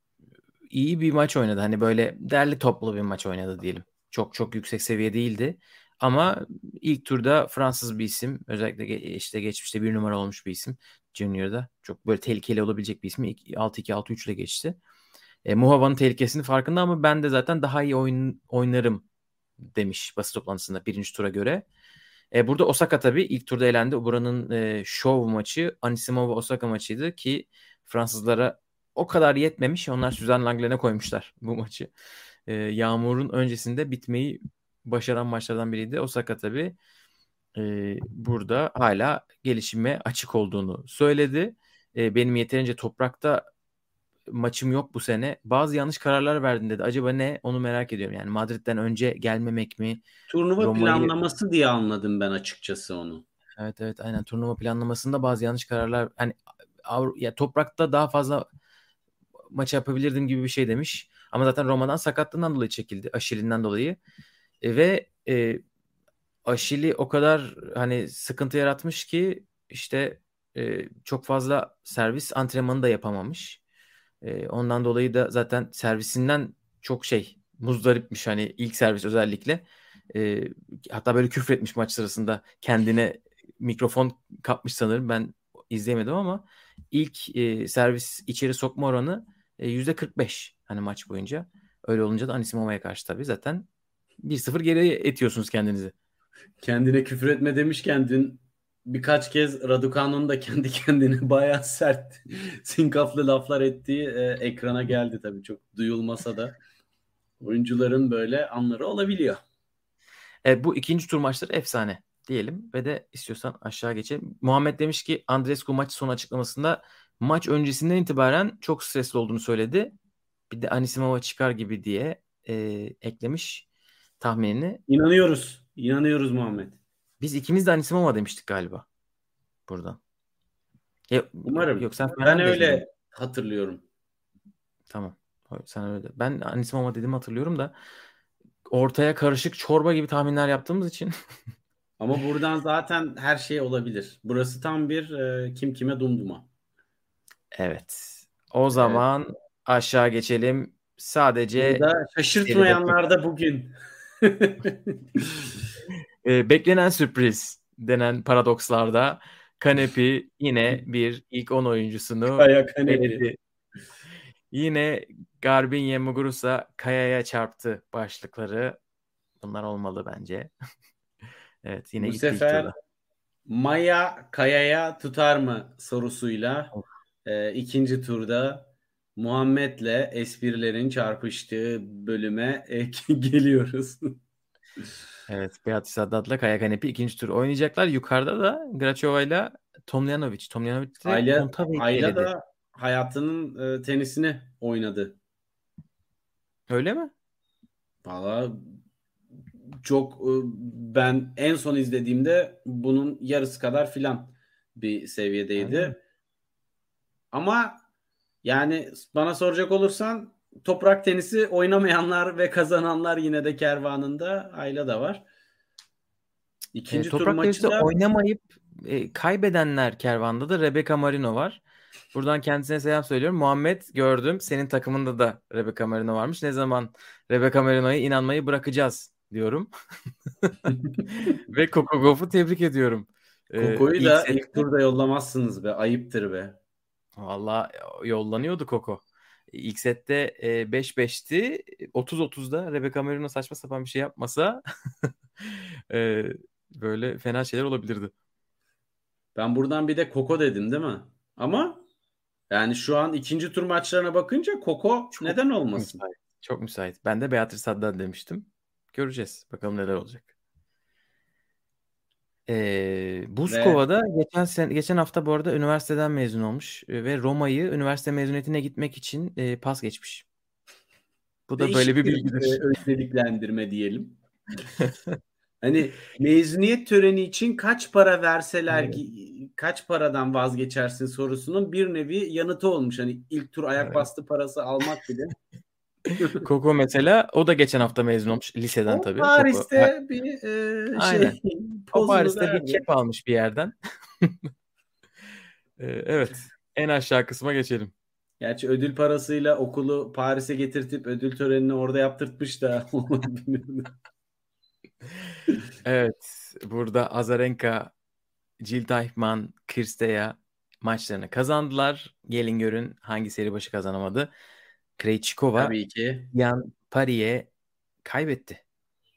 iyi bir maç oynadı. Hani böyle derli toplu bir maç oynadı diyelim. Çok çok yüksek seviye değildi. Ama ilk turda Fransız bir isim. Özellikle ge- işte geçmişte bir numara olmuş bir isim. Junior'da. Çok böyle tehlikeli olabilecek bir isim. altı iki altı üç ile geçti. E, Muhava'nın tehlikesinin farkında ama ben de zaten daha iyi oyun oynarım demiş basın toplantısında birinci tura göre. E, burada Osaka tabii ilk turda elendi. Buranın e, şov maçı Anisimova Osaka maçıydı ki Fransızlara o kadar yetmemiş. Onlar Suzanne Lenglen'e koymuşlar bu maçı. E, yağmurun öncesinde bitmeyi başaran maçlardan biriydi. Osaka tabii e, burada hala gelişime açık olduğunu söyledi. E, benim yeterince toprakta maçım yok bu sene. Bazı yanlış kararlar verdin dedi. Acaba ne? Onu merak ediyorum. Yani Madrid'den önce gelmemek mi?
Turnuva
Roma'yı
planlaması diye anladım ben açıkçası onu.
evet evet aynen turnuva planlamasında bazı yanlış kararlar hani Avru- ya toprakta daha fazla maç yapabilirdim gibi bir şey demiş. Ama zaten Roma'dan sakatlığından dolayı çekildi. Aşilinden dolayı. E, ve e, Aşili o kadar hani sıkıntı yaratmış ki işte e, çok fazla servis antrenmanı da yapamamış. E, ondan dolayı da zaten servisinden çok şey muzdaripmiş hani ilk servis özellikle. E, hatta böyle küfretmiş maç sırasında kendine mikrofon kapmış sanırım ben izleyemedim ama ilk e, servis içeri sokma oranı e, yüzde kırk beş hani maç boyunca. Öyle olunca da Anisimova'ya karşı tabii zaten bir sıfır geriye etiyorsunuz kendinizi.
Kendine küfür etme demişken dün birkaç kez Raducanu'nun da kendi kendine bayağı sert sinkaflı laflar ettiği e, ekrana geldi, tabii çok duyulmasa da oyuncuların böyle anları olabiliyor.
E, bu ikinci tur maçları efsane diyelim ve de istiyorsan aşağı geçelim. Muhammed demiş ki Andreescu maç sonu açıklamasında maç öncesinden itibaren çok stresli olduğunu söyledi. Bir de Anisimova çıkar gibi diye e, eklemiş tahminini.
İnanıyoruz. İnanıyoruz Muhammed.
Biz ikimiz de Anisimova demiştik galiba buradan. E,
Umarım.
yok sen
Ben
Fernandez mi dedin?
öyle hatırlıyorum.
Tamam. Sen öyle de. Ben Anisimova dedim hatırlıyorum da ortaya karışık çorba gibi tahminler yaptığımız için.
Ama buradan zaten her şey olabilir. Burası tam bir e, kim kime dumduma.
Evet. O
Evet.
zaman aşağı geçelim. Sadece
Burada
seride
şaşırtmayanlar da bugün.
e, beklenen sürpriz denen paradokslarda Kanepi yine bir ilk on oyuncusunu
Kaya Kanepi.
eledi. Yine Garbiñe Muguruza Kaya'ya çarptı başlıkları. Bunlar olmalı bence. Evet yine
Bu
gitti ilk
sefer
turda.
Maya Kaya'ya tutar mı sorusuyla
Of.
e, ikinci turda Muhammed'le esprilerin çarpıştığı bölüme e, geliyoruz.
Evet Beatriz Haddad'la Kaya Kanepi ikinci tur oynayacaklar. Yukarıda da Grachova Tomljanovic. Tomljanovic de
Ayla,
Kontaveit'i
Ayla
eledi.
da hayatının e, tenisini oynadı.
Öyle mi?
Valla çok e, ben en son izlediğimde bunun yarısı kadar filan bir
Öyle mi?
seviyedeydi. Ama yani bana soracak olursan toprak tenisi oynamayanlar ve kazananlar yine de kervanında Ayla da var.
E,
İkinci tur
toprak
maçı
teniste
da
oynamayıp e, kaybedenler kervanda da Rebecca Marino var. Buradan kendisine selam söylüyorum. Muhammed gördüm. Senin takımında da Rebecca Marino varmış. Ne zaman Rebecca Marino'ya inanmayı bırakacağız diyorum. Ve Coco Gauff'u tebrik ediyorum. E,
Koko'yu
ilk
da ilk
sette
turda yollamazsınız be. Ayıptır be.
valla yollanıyordu Coco. İlk sette e, beş beşti. otuz otuzda Rebecca Marino saçma sapan bir şey yapmasa e, böyle fena şeyler olabilirdi.
Ben buradan bir de Koko dedim değil mi? Ama yani şu an ikinci tur maçlarına bakınca Koko
Çok
neden
çok
olmasın?
müsait. Çok müsait. Ben de Beatrice Haddad demiştim. Göreceğiz. Bakalım neler olacak. Ee,
Ve
Buskova da geçen sen geçen hafta bu arada üniversiteden mezun olmuş e, ve Roma'yı üniversite mezuniyetine gitmek için e, pas geçmiş. Bu da böyle
değişik
bir
bir e,
bilgidir.
önceliklendirme diyelim. Hani mezuniyet töreni için kaç para verseler
Evet.
ki kaç paradan vazgeçersin sorusunun bir nevi yanıtı olmuş. Hani ilk tur ayak
Evet.
bastı parası almak bile.
Coco mesela o da geçen hafta mezun olmuş liseden
O
tabii. Coco. Ha-
Paris'te bir e,
aynen.
şey
O
pozunu
Paris'te bir
verdi.
kep almış bir yerden. Ee, evet. En aşağı kısma geçelim.
Gerçi ödül parasıyla okulu Paris'e getirtip ödül törenini orada yaptırtmış da bilmiyorum.
Evet. Burada Azarenka, Jill Teichmann, Kirsteya maçlarını kazandılar. Gelin görün hangi seri başı kazanamadı. Krejcikova
Tabii ki.
Jan Pari'ye kaybetti.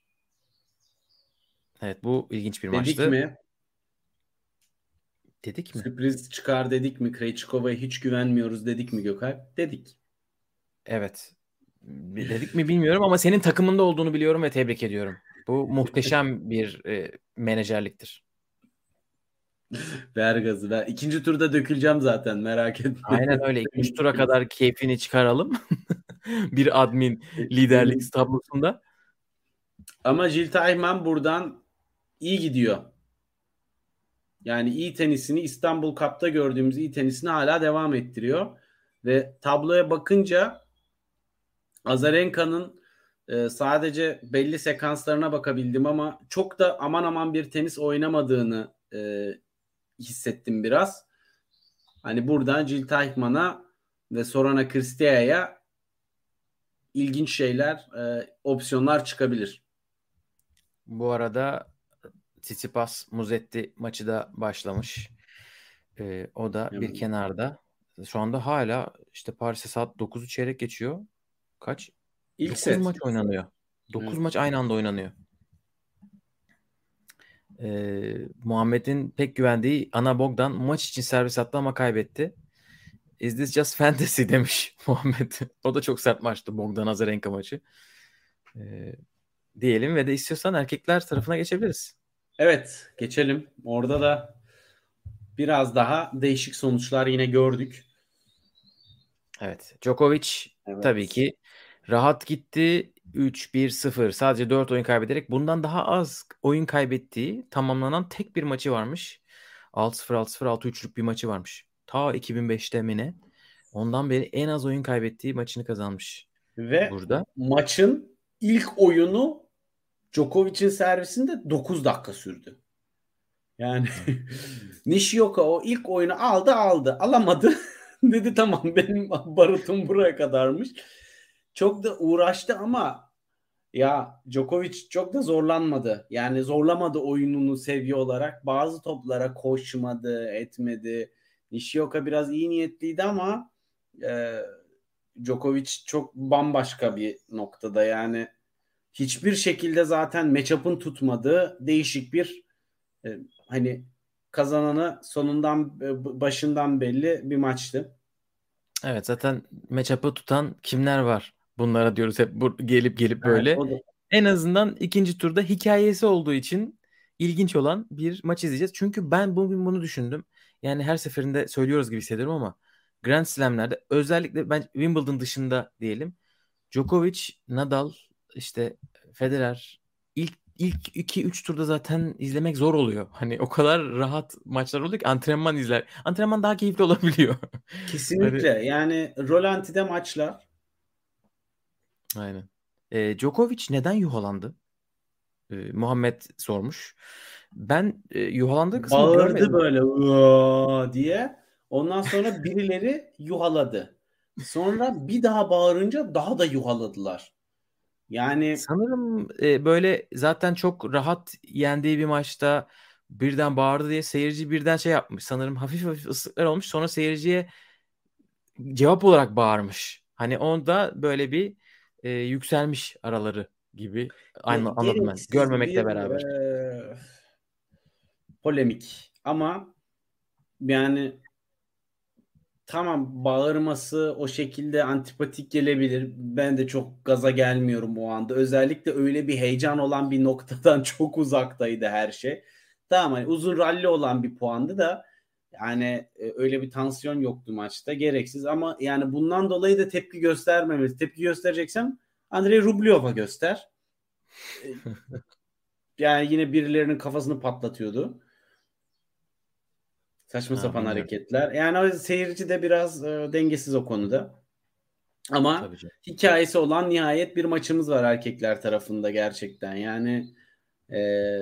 Evet, bu ilginç bir
Dedik
maçtı.
mi?
Dedik mi?
Sürpriz çıkar dedik mi? Krejcikova'ya hiç güvenmiyoruz dedik mi Gökalp? Dedik.
Evet. Bir- Dedik mi bilmiyorum ama senin takımında olduğunu biliyorum ve tebrik ediyorum. Bu muhteşem bir e, menajerliktir.
Ver gazı ver. İkinci turda döküleceğim zaten merak etme.
Aynen öyle. İkinci tura kadar keyfini çıkaralım. Bir admin liderlik tablosunda.
Ama Jill Teichmann buradan iyi gidiyor. Yani iyi tenisini İstanbul Cup'ta gördüğümüz iyi tenisini hala devam ettiriyor. Ve tabloya bakınca Azarenka'nın e, sadece belli sekanslarına bakabildim ama çok da aman aman bir tenis oynamadığını e, hissettim biraz. Hani buradan Jill Teichmann'a ve Sorana Cîrstea ilginç şeyler, e, opsiyonlar çıkabilir.
Bu arada Tsitsipas Musetti maçı da başlamış. Ee, o da bir
Yani
kenarda. Şu anda hala işte Paris'e saat dokuzu çeyrek geçiyor. Kaç?
ilk
Dokuz
set.
maç oynanıyor. Dokuz
Evet.
maç aynı anda oynanıyor. Ee, Muhammed'in pek güvendiği Ana Bogdan maç için servis attı ama kaybetti. Is this just fantasy demiş Muhammed. O da çok sert maçtı Bogdan Azarenka maçı. Ee, diyelim ve de istiyorsan erkekler tarafına geçebiliriz.
Evet, geçelim. Orada da biraz daha değişik sonuçlar yine gördük.
Evet. Djokovic tabii
Evet.
ki rahat gitti. üç bir sıfır. Sadece dört oyun kaybederek bundan daha az oyun kaybettiği tamamlanan tek bir maçı varmış. altı sıfır altı sıfır altı üçlük bir maçı varmış. Ta iki bin beşte mi ne? Ondan beri en az oyun kaybettiği maçını kazanmış
Ve
burada.
maçın ilk oyunu Djokovic'in servisinde dokuz dakika sürdü. Yani Nishioka o ilk oyunu aldı aldı. Alamadı. Dedi tamam benim barutum buraya kadarmış. Çok da uğraştı ama ya Djokovic çok da zorlanmadı. Yani zorlamadı oyununu seviye olarak. Bazı toplara koşmadı, etmedi. Nishioka biraz iyi niyetliydi ama e, Djokovic çok bambaşka bir noktada. Yani hiçbir şekilde zaten matchup'ın tutmadığı değişik bir e, hani kazananı sonundan e, başından belli bir maçtı.
Evet, zaten matchup'ı tutan kimler var? Bunlara diyoruz hep bu, gelip gelip
Evet,
böyle.
o da
En azından ikinci turda hikayesi olduğu için ilginç olan bir maç izleyeceğiz. Çünkü ben bugün bunu düşündüm. Yani her seferinde söylüyoruz gibi hissediyorum ama Grand Slam'lerde özellikle ben Wimbledon dışında diyelim. Djokovic, Nadal, işte Federer ilk ilk iki üç turda zaten izlemek zor oluyor. Hani o kadar rahat maçlar oluyor ki antrenman izler. Antrenman daha keyifli olabiliyor. Hani
kesinlikle yani Rolanti'de maçlar
aynen. E, Djokovic neden yuhalandı? E, Muhammed sormuş. Ben e, yuhalandığı kısmı
bağırdı
görmedim.
böyle "Uaa!" diye. Ondan sonra birileri yuhaladı. Sonra bir daha bağırınca daha da yuhaladılar. Yani
Sanırım e, böyle zaten çok rahat yendiği bir maçta birden bağırdı diye seyirci birden şey yapmış. Sanırım hafif hafif ıslıklar olmuş. Sonra seyirciye cevap olarak bağırmış. Hani onda böyle bir e, yükselmiş araları gibi
ge-
Aynı, anladım ben.
gereksiz
Görmemekle
bir
beraber.
e, polemik. Ama yani tamam bağırması o şekilde antipatik gelebilir. Ben de çok gaza gelmiyorum o anda. Özellikle öyle bir heyecan olan bir noktadan çok uzaktaydı her şey. Tamam, hani uzun ralli olan bir puandı da yani e, öyle bir tansiyon yoktu maçta. Gereksiz ama yani bundan dolayı da tepki göstermemesi. Tepki göstereceksem Andrei Rublyov'a göster. E, Yani yine birilerinin kafasını patlatıyordu. Saçma
Ha,
sapan
bilmiyorum.
hareketler. Yani o seyirci de biraz e, dengesiz o konuda. Ama
Tabii canım.
hikayesi olan nihayet bir maçımız var erkekler tarafında gerçekten. Yani e,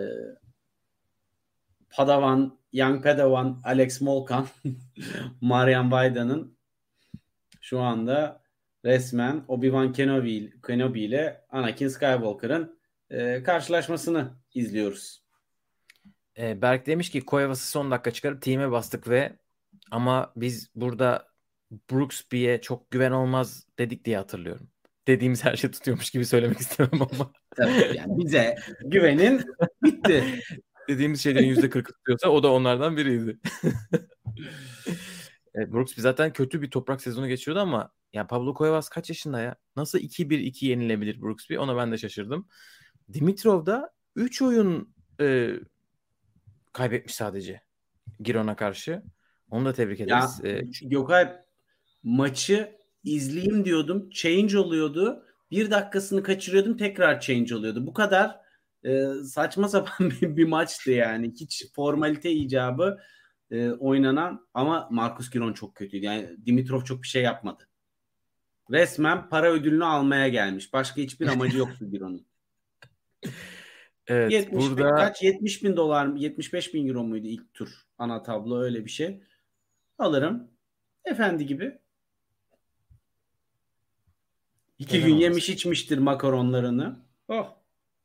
Padawan, Young Padawan, Alex Molkan, Marian Vayda'nın şu anda resmen Obi-Wan Kenobi, Kenobi ile Anakin Skywalker'ın e, karşılaşmasını izliyoruz.
E, Berk demiş ki Cuevas'ı son dakika çıkarıp team'e bastık ve ama biz burada Brooksby'ye çok güven olmaz dedik diye hatırlıyorum. Dediğimiz her şey tutuyormuş gibi söylemek istemem ama.
Tabii yani bize güvenin bitti.
Dediğimiz şeylerin yüzde kırkı tutuyorsa o da onlardan biriydi. e, Brooksby zaten kötü bir toprak sezonu geçiriyordu ama ya Pablo Cuevas kaç yaşında ya? Nasıl iki bir iki yenilebilir Brooksby? Ona ben de şaşırdım. Dimitrov da üç oyun e, kaybetmiş sadece Giron'a karşı. Onu da tebrik ederiz.
Ya
E,
Gökay, maçı izleyeyim diyordum. Change oluyordu. Bir dakikasını kaçırıyordum. Tekrar change oluyordu. Bu kadar e, saçma sapan bir, bir maçtı yani. Hiç formalite icabı e, oynanan ama Marcus Giron çok kötüydü. Yani Dimitrov çok bir şey yapmadı. Resmen para ödülünü almaya gelmiş. Başka hiçbir amacı yoktu Giron'un.
evet
yetmiş bin,
burada
kaç? yetmiş bin dolar mı? yetmiş beş bin euro muydu ilk tur? Ana tablo öyle bir şey. Alırım. Efendi gibi. İki
neden
gün
olmasın?
yemiş içmiştir makaronlarını. Oh.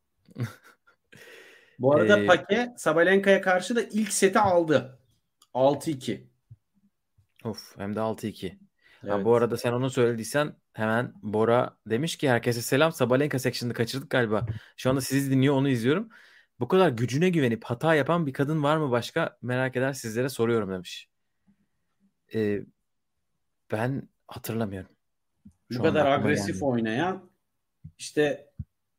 Bu arada
E,
Pake Sabalenka'ya karşı da ilk seti aldı. altı iki.
of hem de altı iki. Ha, bu
Evet.
arada sen onu söylediysen hemen Bora demiş ki herkese selam. Sabalenka section'ını kaçırdık galiba. Şu anda sizi dinliyor onu izliyorum. Bu kadar gücüne güvenip hata yapan bir kadın var mı başka? Merak eder sizlere soruyorum demiş. E, ben hatırlamıyorum.
Bu
Şu anda
kadar
aklıma
agresif
gelmiyor.
oynayan işte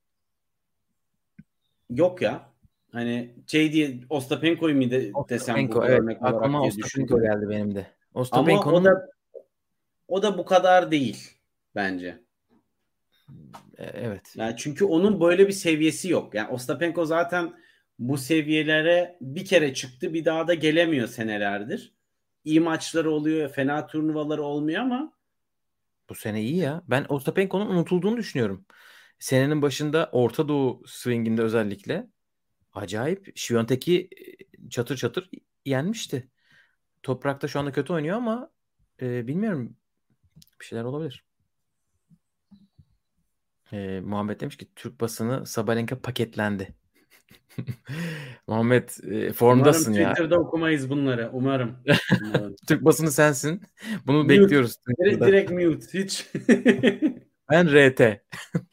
yok ya. Hani şey diye Ostapenko'yu mu de, desem
Ostapenko
burada
evet.
örnek olarak
Aklıma
diye
Ostapenko
düşündüm.
geldi benim de.
Ama o
Ostapenko'nun
da o da bu kadar değil bence.
e, evet.
Yani çünkü onun böyle bir seviyesi yok. Yani Ostapenko zaten bu seviyelere bir kere çıktı, bir daha da gelemiyor senelerdir. İyi maçları oluyor, fena turnuvaları olmuyor ama
Bu sene iyi ya. Ben Ostapenko'nun unutulduğunu düşünüyorum. Senenin başında Orta Doğu swinginde özellikle acayip Świątek'i e, çatır çatır yenmişti. Toprakta şu anda kötü oynuyor ama e, bilmiyorum bir şeyler olabilir. E, Muhammed demiş ki Türk basını Sabalenka paketlendi. Muhammed e,
umarım
formdasın ya.
Twitter'da okumayız bunları. Umarım. Umarım.
Türk basını sensin. Bunu
Mute.
bekliyoruz
Direkt,
Twitter'da.
direkt mute. Hiç.
Ben R T.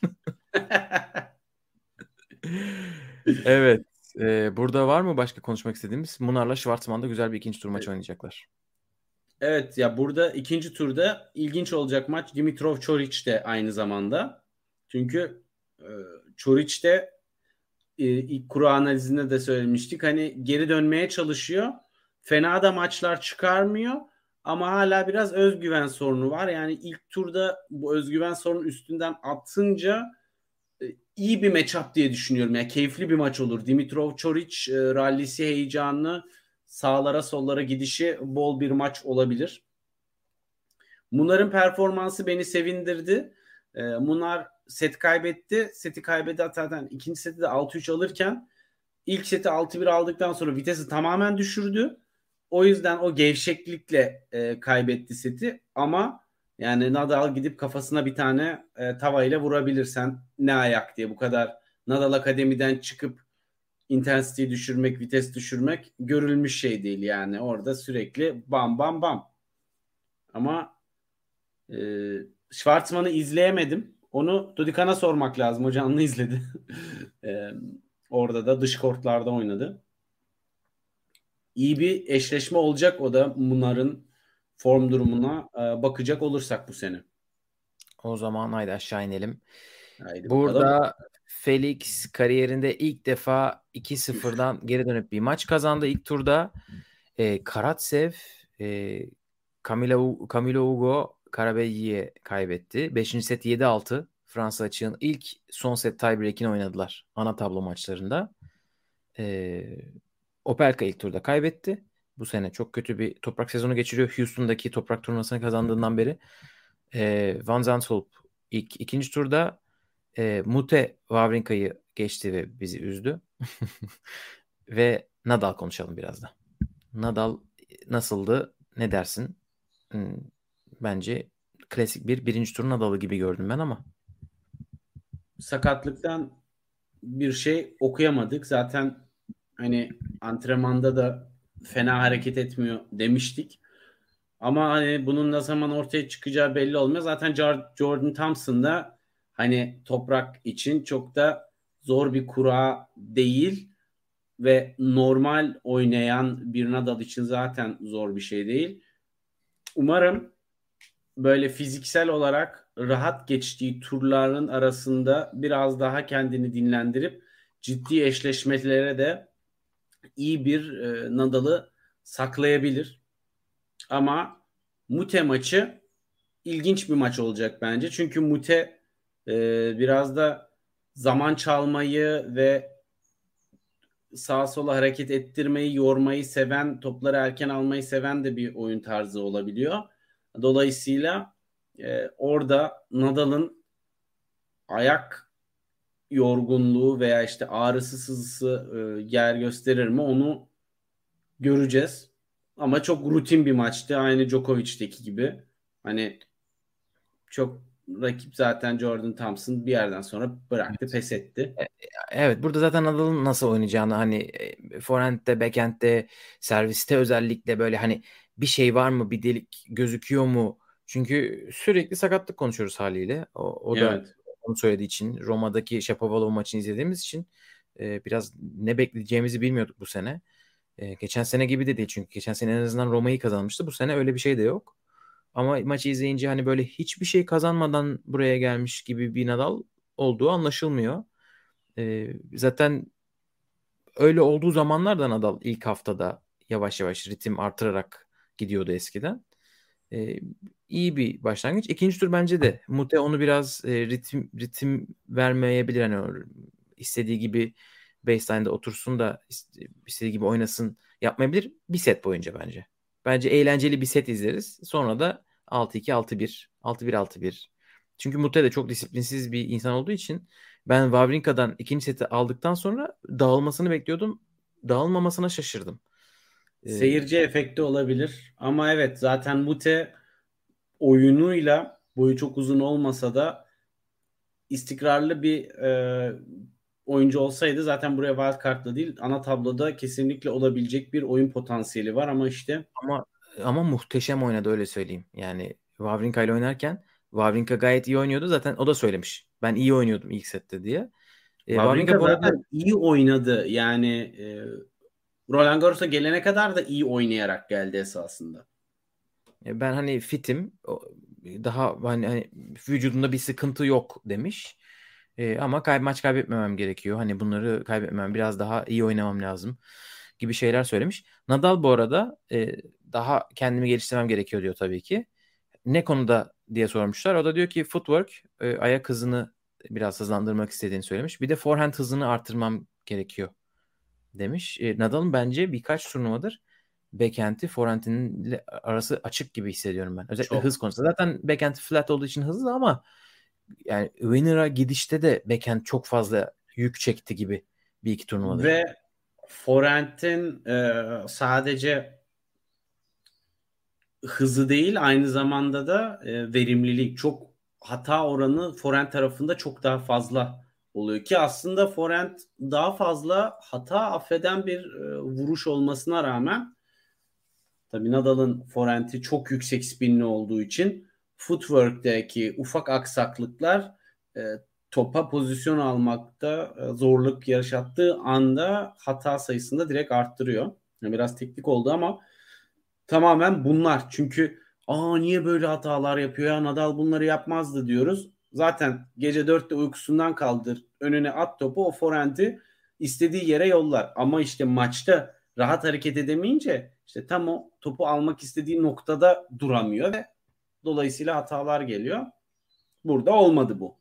Evet. E, burada var mı başka konuşmak istediğimiz? Munar'la Schwartzman'da güzel bir ikinci tur maçı oynayacaklar.
Evet ya, burada ikinci turda ilginç olacak maç Dimitrov Čorić de aynı zamanda. Çünkü e, Čorić de e, ilk kuru analizinde de söylemiştik. Hani geri dönmeye çalışıyor. Fena da maçlar çıkarmıyor. Ama hala biraz özgüven sorunu var. Yani ilk turda bu özgüven sorunu üstünden atınca e, iyi bir matchup diye düşünüyorum. Yani keyifli bir maç olur. Dimitrov Čorić e, rallisi heyecanlı, sağlara sollara gidişi bol bir maç olabilir. Munar'ın performansı beni sevindirdi. E, Munar set kaybetti. Seti kaybetti zaten. İkinci seti de altı üç alırken ilk seti altı bir aldıktan sonra vitesi tamamen düşürdü. O yüzden o gevşeklikle e, kaybetti seti. Ama yani Nadal gidip kafasına bir tane e, tavayla vurabilirsen ne ayak diye bu kadar Nadal Akademi'den çıkıp intensity'yi düşürmek, vites düşürmek görülmüş şey değil yani. Orada sürekli bam bam bam. Ama e, Schwartzman'ı izleyemedim. Onu Dodikan'a sormak lazım. O canlı izledi. e, orada da dış kortlarda oynadı. İyi bir eşleşme olacak o da Munar'ın form durumuna e, bakacak olursak bu sene.
O zaman haydi aşağı inelim.
Haydi bakalım.
Burada Felix kariyerinde ilk defa iki sıfırdan geri dönüp bir maç kazandı ilk turda. E, Karatsev e, Camilo, Camilo Hugo Karabelli'ye kaybetti. Beşinci set yedi altı. Fransa açığın ilk son set tiebreak'ini oynadılar ana tablo maçlarında. E, Opelka ilk turda kaybetti. Bu sene çok kötü bir toprak sezonu geçiriyor. Houston'daki toprak turnuvasını kazandığından beri. E, Van Zandschulp ilk ikinci turda e, Mute Wawrinka'yı geçti ve bizi üzdü. Ve Nadal konuşalım biraz da. Nadal nasıldı? Ne dersin? Hmm, Bence klasik bir birinci tur Nadal'ı gibi gördüm ben ama.
Sakatlıktan bir şey okuyamadık. Zaten hani antrenmanda da fena hareket etmiyor demiştik. Ama hani bunun ne zaman ortaya çıkacağı belli olmuyor. Zaten Jordan Thompson da hani toprak için çok da zor bir kura değil ve normal oynayan bir Nadal için zaten zor bir şey değil. Umarım böyle fiziksel olarak rahat geçtiği turların arasında biraz daha kendini dinlendirip ciddi eşleşmelere de iyi bir e, Nadal'ı saklayabilir. Ama Mute maçı ilginç bir maç olacak bence. Çünkü Mute e, biraz da zaman çalmayı ve sağa sola hareket ettirmeyi, yormayı seven, topları erken almayı seven de bir oyun tarzı olabiliyor. Dolayısıyla e, orada Nadal'ın ayak yorgunluğu veya işte ağrısı sızısı e, yer gösterir mi onu göreceğiz. Ama çok rutin bir maçtı. Aynı Djokovic'teki gibi. Hani çok rakip zaten Jordan Thompson bir yerden sonra bıraktı,
Evet.
pes etti.
Evet, burada zaten Nadal'ın nasıl oynayacağını hani e, forehand'de, backhand'de, serviste özellikle böyle hani bir şey var mı, bir delik gözüküyor mu? Çünkü sürekli sakatlık konuşuyoruz haliyle. O, o da
Evet.
onu söylediği için Roma'daki Shapovalov maçını izlediğimiz için e, biraz ne bekleyeceğimizi bilmiyorduk bu sene. E, geçen sene gibi de değil çünkü geçen sene en azından Roma'yı kazanmıştı. Bu sene öyle bir şey de yok. Ama maçı izleyince hani böyle hiçbir şey kazanmadan buraya gelmiş gibi bir Nadal olduğu anlaşılmıyor. Ee, zaten öyle olduğu zamanlar da Nadal ilk haftada yavaş yavaş ritim artırarak gidiyordu eskiden. Ee, iyi bir başlangıç. İkinci tur bence de Mute onu biraz e, ritim ritim vermeyebilir. Hani o istediği gibi baseline'da otursun da ist- istediği gibi oynasın yapmayabilir. Bir set boyunca bence. Bence eğlenceli bir set izleriz. Sonra da altı iki altı bir altı bir altı bir. Çünkü Mute de çok disiplinsiz bir insan olduğu için ben Wawrinka'dan ikinci seti aldıktan sonra dağılmasını bekliyordum. Dağılmamasına şaşırdım. Ee,
Seyirci efekti olabilir. Ama evet zaten Mute oyunuyla boyu çok uzun olmasa da istikrarlı bir e, oyuncu olsaydı zaten buraya wildcard'la değil ana tabloda kesinlikle olabilecek bir oyun potansiyeli var ama işte
Ama ama muhteşem oynadı öyle söyleyeyim. Yani Wawrinka ile oynarken Wawrinka gayet iyi oynuyordu. Zaten o da söylemiş. Ben iyi oynuyordum ilk sette diye. E, Wawrinka
Wawrinka
bu arada
zaten iyi oynadı. Yani e, Roland Garros'a gelene kadar da iyi oynayarak geldi esasında.
e, ben hani fitim. o- Daha hani, hani vücudunda bir sıkıntı yok demiş. E, ama kay maç kaybetmemem gerekiyor. Hani bunları kaybetmemem, biraz daha iyi oynamam lazım gibi şeyler söylemiş. Nadal bu arada e, daha kendimi geliştirmem gerekiyor diyor tabii ki. Ne konuda diye sormuşlar. O da diyor ki footwork, e, ayak hızını biraz hızlandırmak istediğini söylemiş. Bir de forehand hızını artırmam gerekiyor demiş. E, Nadal'ın bence birkaç turnuvadır backhand'i forehand'in arası açık gibi hissediyorum ben. Özellikle hız
Çok.
konusunda. Zaten backhand flat olduğu için hızlı ama yani winner'a gidişte de backhand çok fazla yük çekti gibi bir iki turnuvadır.
Ve forehand'in e, sadece hızı değil aynı zamanda da e, verimlilik çok hata oranı forehand tarafında çok daha fazla oluyor ki aslında forehand daha fazla hata affeden bir e, vuruş olmasına rağmen tabii Nadal'ın forehand'i çok yüksek spinli olduğu için footwork'teki ufak aksaklıklar e, topa pozisyon almakta e, zorluk yaşattığı anda hata sayısını da direkt arttırıyor. Yani biraz teknik oldu ama tamamen bunlar. Çünkü aa niye böyle hatalar yapıyor ya Nadal bunları yapmazdı diyoruz. zaten gece dörtte uykusundan kaldır, önüne at topu, o forehand'i istediği yere yollar. Ama işte maçta rahat hareket edemeyince işte tam o topu almak istediği noktada duramıyor ve dolayısıyla hatalar geliyor. Burada olmadı bu.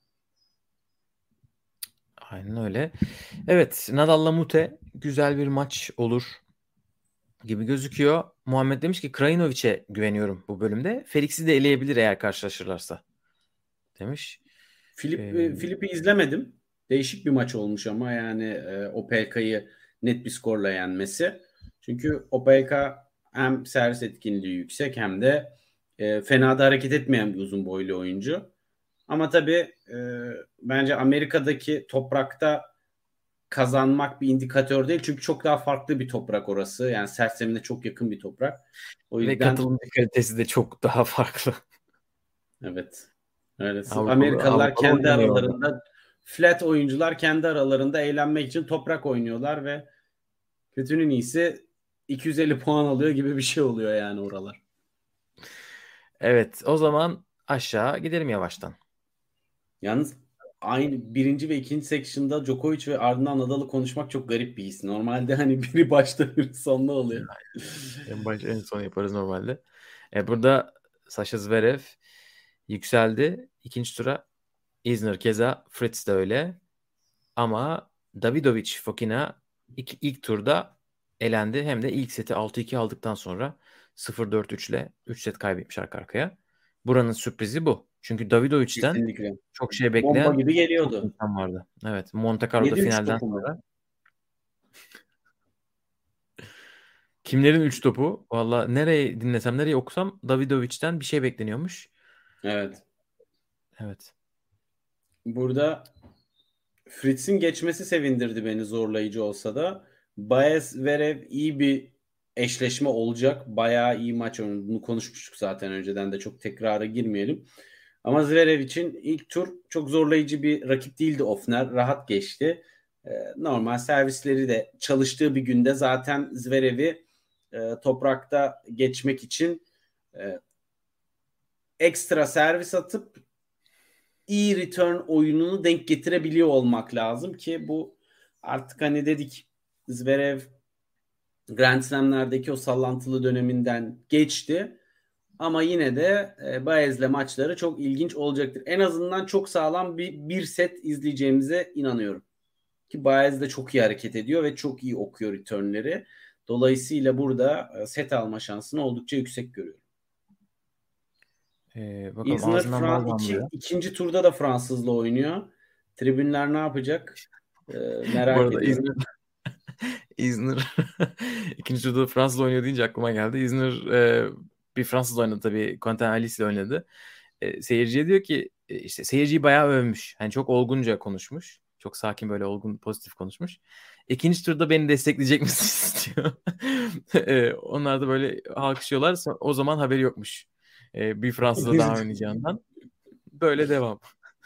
Aynen öyle. Evet, Nadal'la Mute güzel bir maç olur gibi gözüküyor. Muhammed demiş ki Krajinovic'e güveniyorum bu bölümde. Felix'i de eleyebilir eğer karşılaşırlarsa demiş.
Filip,
Ee,
Filip'i izlemedim. Değişik bir maç olmuş ama yani e, Opelka'yı net bir skorla yenmesi. Çünkü Opelka hem servis etkinliği yüksek hem de e, fena da hareket etmeyen bir uzun boylu oyuncu. Ama tabii e, bence Amerika'daki toprakta kazanmak bir indikatör değil. Çünkü çok daha farklı bir toprak orası. Yani sert zemine çok yakın bir toprak. O
ve
yüzden
katılımcı kalitesi de çok daha farklı.
evet. Evet.
Avrupalı,
Amerikalılar
Avrupalı
kendi
oynamıyor orada.
aralarında, flat oyuncular kendi aralarında eğlenmek için toprak oynuyorlar ve kötünün iyisi iki yüz elli puan alıyor gibi bir şey oluyor yani oralar.
Evet, o zaman aşağı gidelim yavaştan.
Yalnız aynı birinci ve ikinci section'da Djokovic ve ardından Nadal'ı konuşmak çok garip bir his. Normalde hani biri başta biri sonda oluyor.
En baş en son yaparız normalde. E, burada Sasha Zverev yükseldi. İkinci tura Isner keza, Fritz de öyle. Ama Davidovic Fokina ilk, ilk turda elendi. Hem de ilk seti altı iki aldıktan sonra sıfır dört üç ile üç set kaybetmiş arka arkaya. Buranın sürprizi bu. Çünkü Davidovic'ten
Kesinlikle.
çok şey
Bomba
bekleyen
gibi
çok
geliyordu.
insan vardı. Evet, Monte Carlo'da
yedi üç
finalden
topu mu?
sonra. Kimlerin üç topu? Valla nereye dinlesem, nereye okusam Davidovic'ten bir şey bekleniyormuş.
Evet.
Evet.
Burada Fritz'in geçmesi sevindirdi beni, zorlayıcı olsa da. Baez Zverev iyi bir eşleşme olacak. Bayağı iyi maç oynadı. Bunu konuşmuştuk zaten önceden de, çok tekrara girmeyelim. Ama Zverev için ilk tur çok zorlayıcı bir rakip değildi Ofner. Rahat geçti. Ee, normal servisleri de çalıştığı bir günde zaten Zverev'i e, toprakta geçmek için e, ekstra servis atıp iyi return oyununu denk getirebiliyor olmak lazım ki bu artık hani dedik, Zverev Grand Slam'lerdeki o sallantılı döneminden geçti. Ama yine de e, Baez'le maçları çok ilginç olacaktır. En azından çok sağlam bir bir set izleyeceğimize inanıyorum. Ki Baez de çok iyi hareket ediyor ve çok iyi okuyor returnleri. Dolayısıyla burada e, set alma şansını oldukça yüksek görüyorum.
Ee, bakalım
Isner
ağzından bal
Fran iki,
damlıyor.
ikinci turda da Fransızla oynuyor. Tribünler ne yapacak? Ee,
Bu
merak
arada
ediyorum.
İzmir İzmir ikinci turda Fransız oynuyor deyince aklıma geldi. İzmir e, bir Fransız oynadı tabii. Quentin Alice ile oynadı. E, seyirciye diyor ki e, işte seyirciyi bayağı övmüş. Hani çok olgunca konuşmuş. Çok sakin, böyle olgun, pozitif konuşmuş. İkinci turda beni destekleyecek misiniz diyor. E, onlar da böyle alkışlıyorlar. So- O zaman haberi yokmuş. E, bir Fransızla daha oynayacağından. Böyle devam.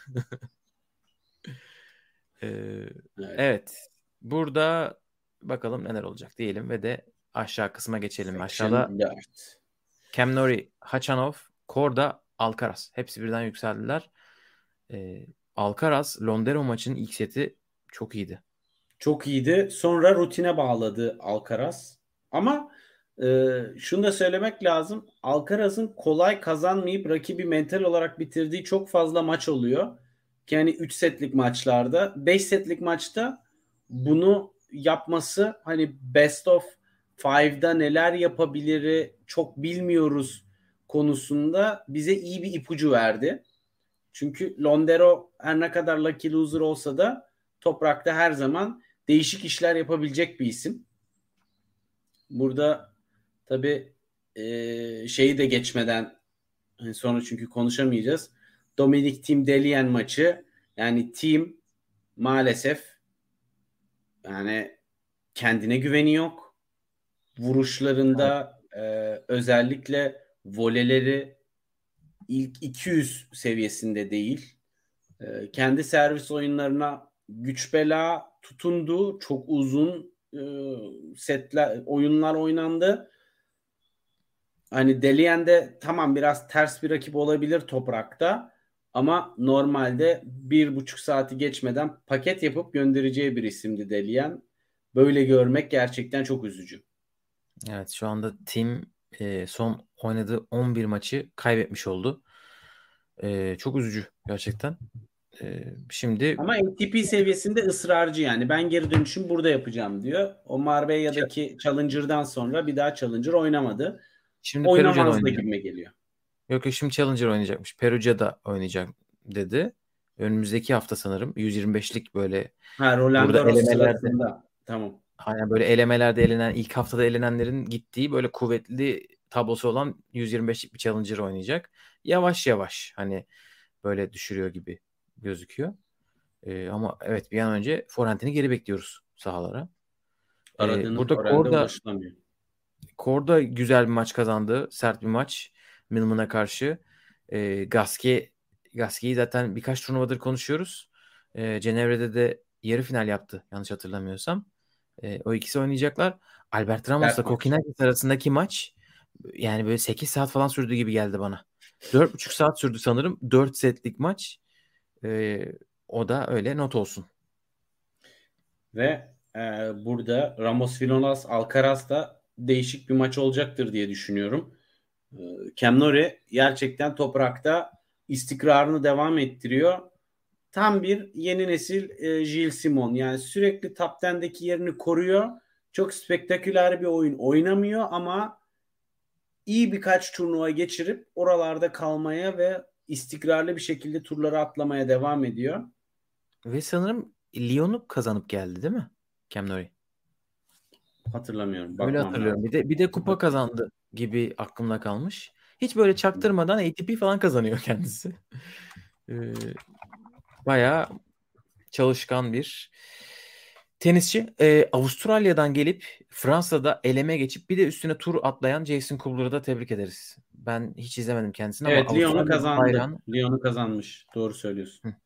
E,
Evet.
evet. Burada bakalım neler olacak diyelim ve de aşağı kısma geçelim. Aşağıda
Section dört.
Cam Nori, Khachanov, Korda, Alcaraz. Hepsi birden yükseldiler. Ee, Alcaraz, Londero maçının ilk seti çok iyiydi.
Çok iyiydi. Sonra rutine bağladı Alcaraz. Ama e, şunu da söylemek lazım. Alcaraz'ın kolay kazanmayıp rakibi mental olarak bitirdiği çok fazla maç oluyor. Yani üç setlik maçlarda. beş setlik maçta bunu yapması, hani best of beşte neler yapabilir çok bilmiyoruz konusunda bize iyi bir ipucu verdi. Çünkü Londero her ne kadar lucky loser olsa da toprakta her zaman değişik işler yapabilecek bir isim. Burada tabii e, şeyi de geçmeden, hani sonra çünkü konuşamayacağız. Dominic Thiem Delien maçı, yani Thiem maalesef yani kendine güveni yok. Vuruşlarında e, özellikle voleleri ilk iki yüz seviyesinde değil. E, kendi servis oyunlarına güç bela tutundu. Çok uzun e, setler, oyunlar oynandı. Hani Delien'de tamam biraz ters bir rakip olabilir toprakta. Ama normalde bir buçuk saati geçmeden paket yapıp göndereceği bir isimdi Deliyen. Böyle görmek gerçekten çok üzücü.
Evet, şu anda Tim e, son oynadığı on bir maçı kaybetmiş oldu. E, çok üzücü gerçekten. E, şimdi
Ama A T P seviyesinde ısrarcı yani. Ben geri dönüşüm burada yapacağım diyor. O Marbella'daki Challenger'dan sonra bir daha Challenger oynamadı.
şimdi Perugia'da
Oynamaz da
oynayacak.
gibime geliyor.
Yok yok, şimdi Challenger oynayacakmış. Perugia'da oynayacak dedi. Önümüzdeki hafta sanırım yüz yirmi beşlik böyle
Ha, Roland
burada
Garros
elemelerde,
sırasında. Tamam.
aynen böyle elemelerde elenen, ilk haftada elenenlerin gittiği böyle kuvvetli tablosu olan yüz yirmi beşlik bir Challenger oynayacak. Yavaş yavaş hani böyle düşürüyor gibi gözüküyor. Ee, ama evet, bir an önce forehand'ini geri bekliyoruz sahalara. Ee,
Aradığınız
burada
forehande
Korda
ulaşılamıyor.
Korda güzel bir maç kazandı. Sert bir maç Millman'a karşı. Ee, Gasquet Gasquet'i zaten birkaç turnuvadır konuşuyoruz. Ee, Cenevre'de de yarı final yaptı yanlış hatırlamıyorsam. Ee, o ikisi oynayacaklar. Albert Ramos'la
Sert maç.
Kokinakis arasındaki maç yani böyle sekiz saat falan sürdü gibi geldi bana. dört buçuk saat sürdü sanırım. dört setlik maç. Ee, o da öyle not olsun.
Ve e, burada Ramos Vinolas Alcaraz da değişik bir maç olacaktır diye düşünüyorum. E, Cam Norrie gerçekten toprakta istikrarını devam ettiriyor. Tam bir yeni nesil e, Gilles Simon. Yani sürekli top ondaki yerini koruyor. Çok spektaküler bir oyun oynamıyor ama iyi birkaç turnuva geçirip oralarda kalmaya ve istikrarlı bir şekilde turları atlamaya devam ediyor.
Ve sanırım Lyon'u kazanıp geldi değil mi? Cam Norrie.
Hatırlamıyorum.
Öyle
Bakmam
hatırlıyorum.
lazım.
Bir de bir de kupa kazandı gibi aklımda kalmış. Hiç böyle çaktırmadan A T P falan kazanıyor kendisi. Ee, bayağı çalışkan bir tenisçi. Ee, Avustralya'dan gelip Fransa'da eleme geçip bir de üstüne tur atlayan Jason Kubler'ı da tebrik ederiz. Ben hiç izlemedim kendisini ama
Evet, Lyon'u
Avustralya'nın
kazandı.
bayrağını.
Lyon'u kazanmış. Doğru söylüyorsun.
Hı.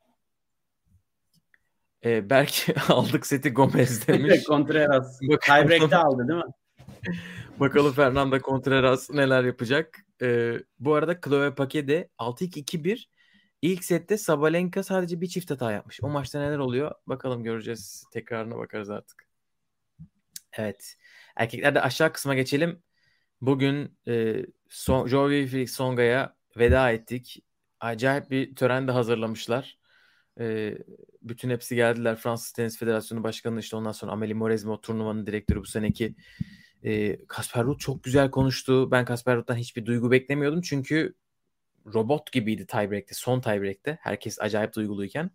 Ee, belki aldık seti Gomez demiş.
Contreras tiebreak'te
Bakalım.
aldı değil mi?
Bakalım Fernando Contreras neler yapacak. Ee, bu arada Chloe Paquet de altı iki iki bir. İlk sette Sabalenka sadece bir çift hata yapmış. O maçta neler oluyor? Bakalım, göreceğiz. Tekrarına bakarız artık. Evet. Erkeklerde aşağı kısma geçelim. Bugün e, son, Joe Felix Songa'ya veda ettik. Acayip bir tören de hazırlamışlar. E, bütün hepsi geldiler. Fransız Tenis Federasyonu Başkanı, işte ondan sonra Amélie Mauresmo, o turnuvanın direktörü bu seneki. E, Kasper Ruud çok güzel konuştu. Ben Kasper Ruud'dan hiçbir duygu beklemiyordum. Çünkü robot gibiydi tiebreak'te. Son tiebreak'te. Herkes acayip duyguluyken.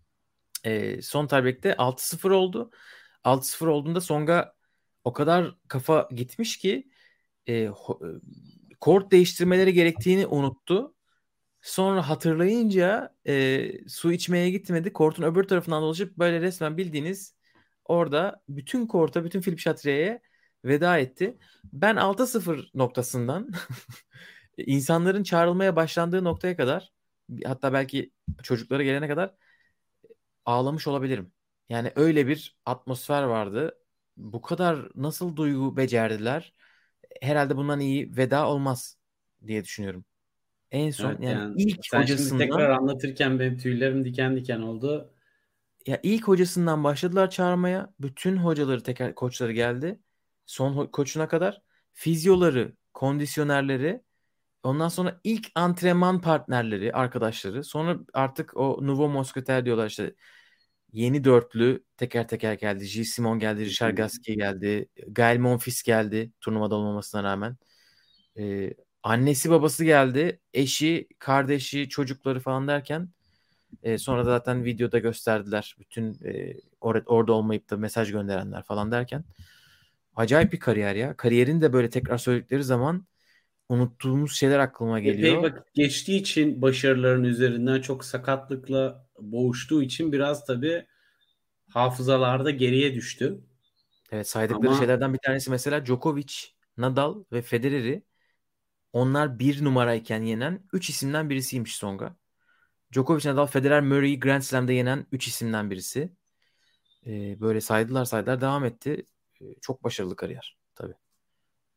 E, son tiebreak'te altı sıfır oldu. altı sıfır olduğunda Songa o kadar kafa gitmiş ki e, ho- kort değiştirmeleri gerektiğini unuttu. Sonra hatırlayınca e, su içmeye gitmedi. Kortun öbür tarafından dolaşıp böyle resmen bildiğiniz orada bütün korta, bütün Philip Chatrier veda etti. Ben altı sıfır noktasından insanların çağrılmaya başlandığı noktaya kadar, hatta belki çocuklara gelene kadar ağlamış olabilirim. Yani öyle bir atmosfer vardı. Bu kadar nasıl duygu becerdiler? Herhalde bundan iyi veda olmaz diye düşünüyorum. En son
Evet,
yani
yani
ilk
sen şimdi tekrar
hocasından
anlatırken benim tüylerim diken diken oldu.
ya ilk hocasından başladılar çağırmaya. Bütün hocaları, teker koçları geldi. Son ho- koçuna kadar fizyoları, kondisyonerleri, ondan sonra ilk antrenman partnerleri, arkadaşları. Sonra artık o Nouveau Mousquetaire diyorlar işte. Yeni dörtlü teker teker geldi. Gilles Simon geldi, Richard Gasquet geldi. Gael Monfils geldi turnuvada olmamasına rağmen. Ee, annesi babası geldi. Eşi, kardeşi, çocukları falan derken e, sonra da zaten videoda gösterdiler. Bütün e, or- orada olmayıp da mesaj gönderenler falan derken. Acayip bir kariyer ya. Kariyerini de böyle tekrar söyledikleri zaman unuttuğumuz şeyler aklıma
Epey
geliyor.
vakit geçtiği için başarıların üzerinden çok sakatlıkla boğuştuğu için biraz tabii hafızalarda geriye düştü.
Evet, saydıkları
Ama
şeylerden bir tanesi mesela Djokovic, Nadal ve Federer'i, onlar bir numarayken yenen üç isimden birisiymiş Songa. Djokovic, Nadal, Federer, Murray'i Grand Slam'da yenen üç isimden birisi. Ee, böyle saydılar saydılar devam etti. Ee, çok başarılı kariyer tabii.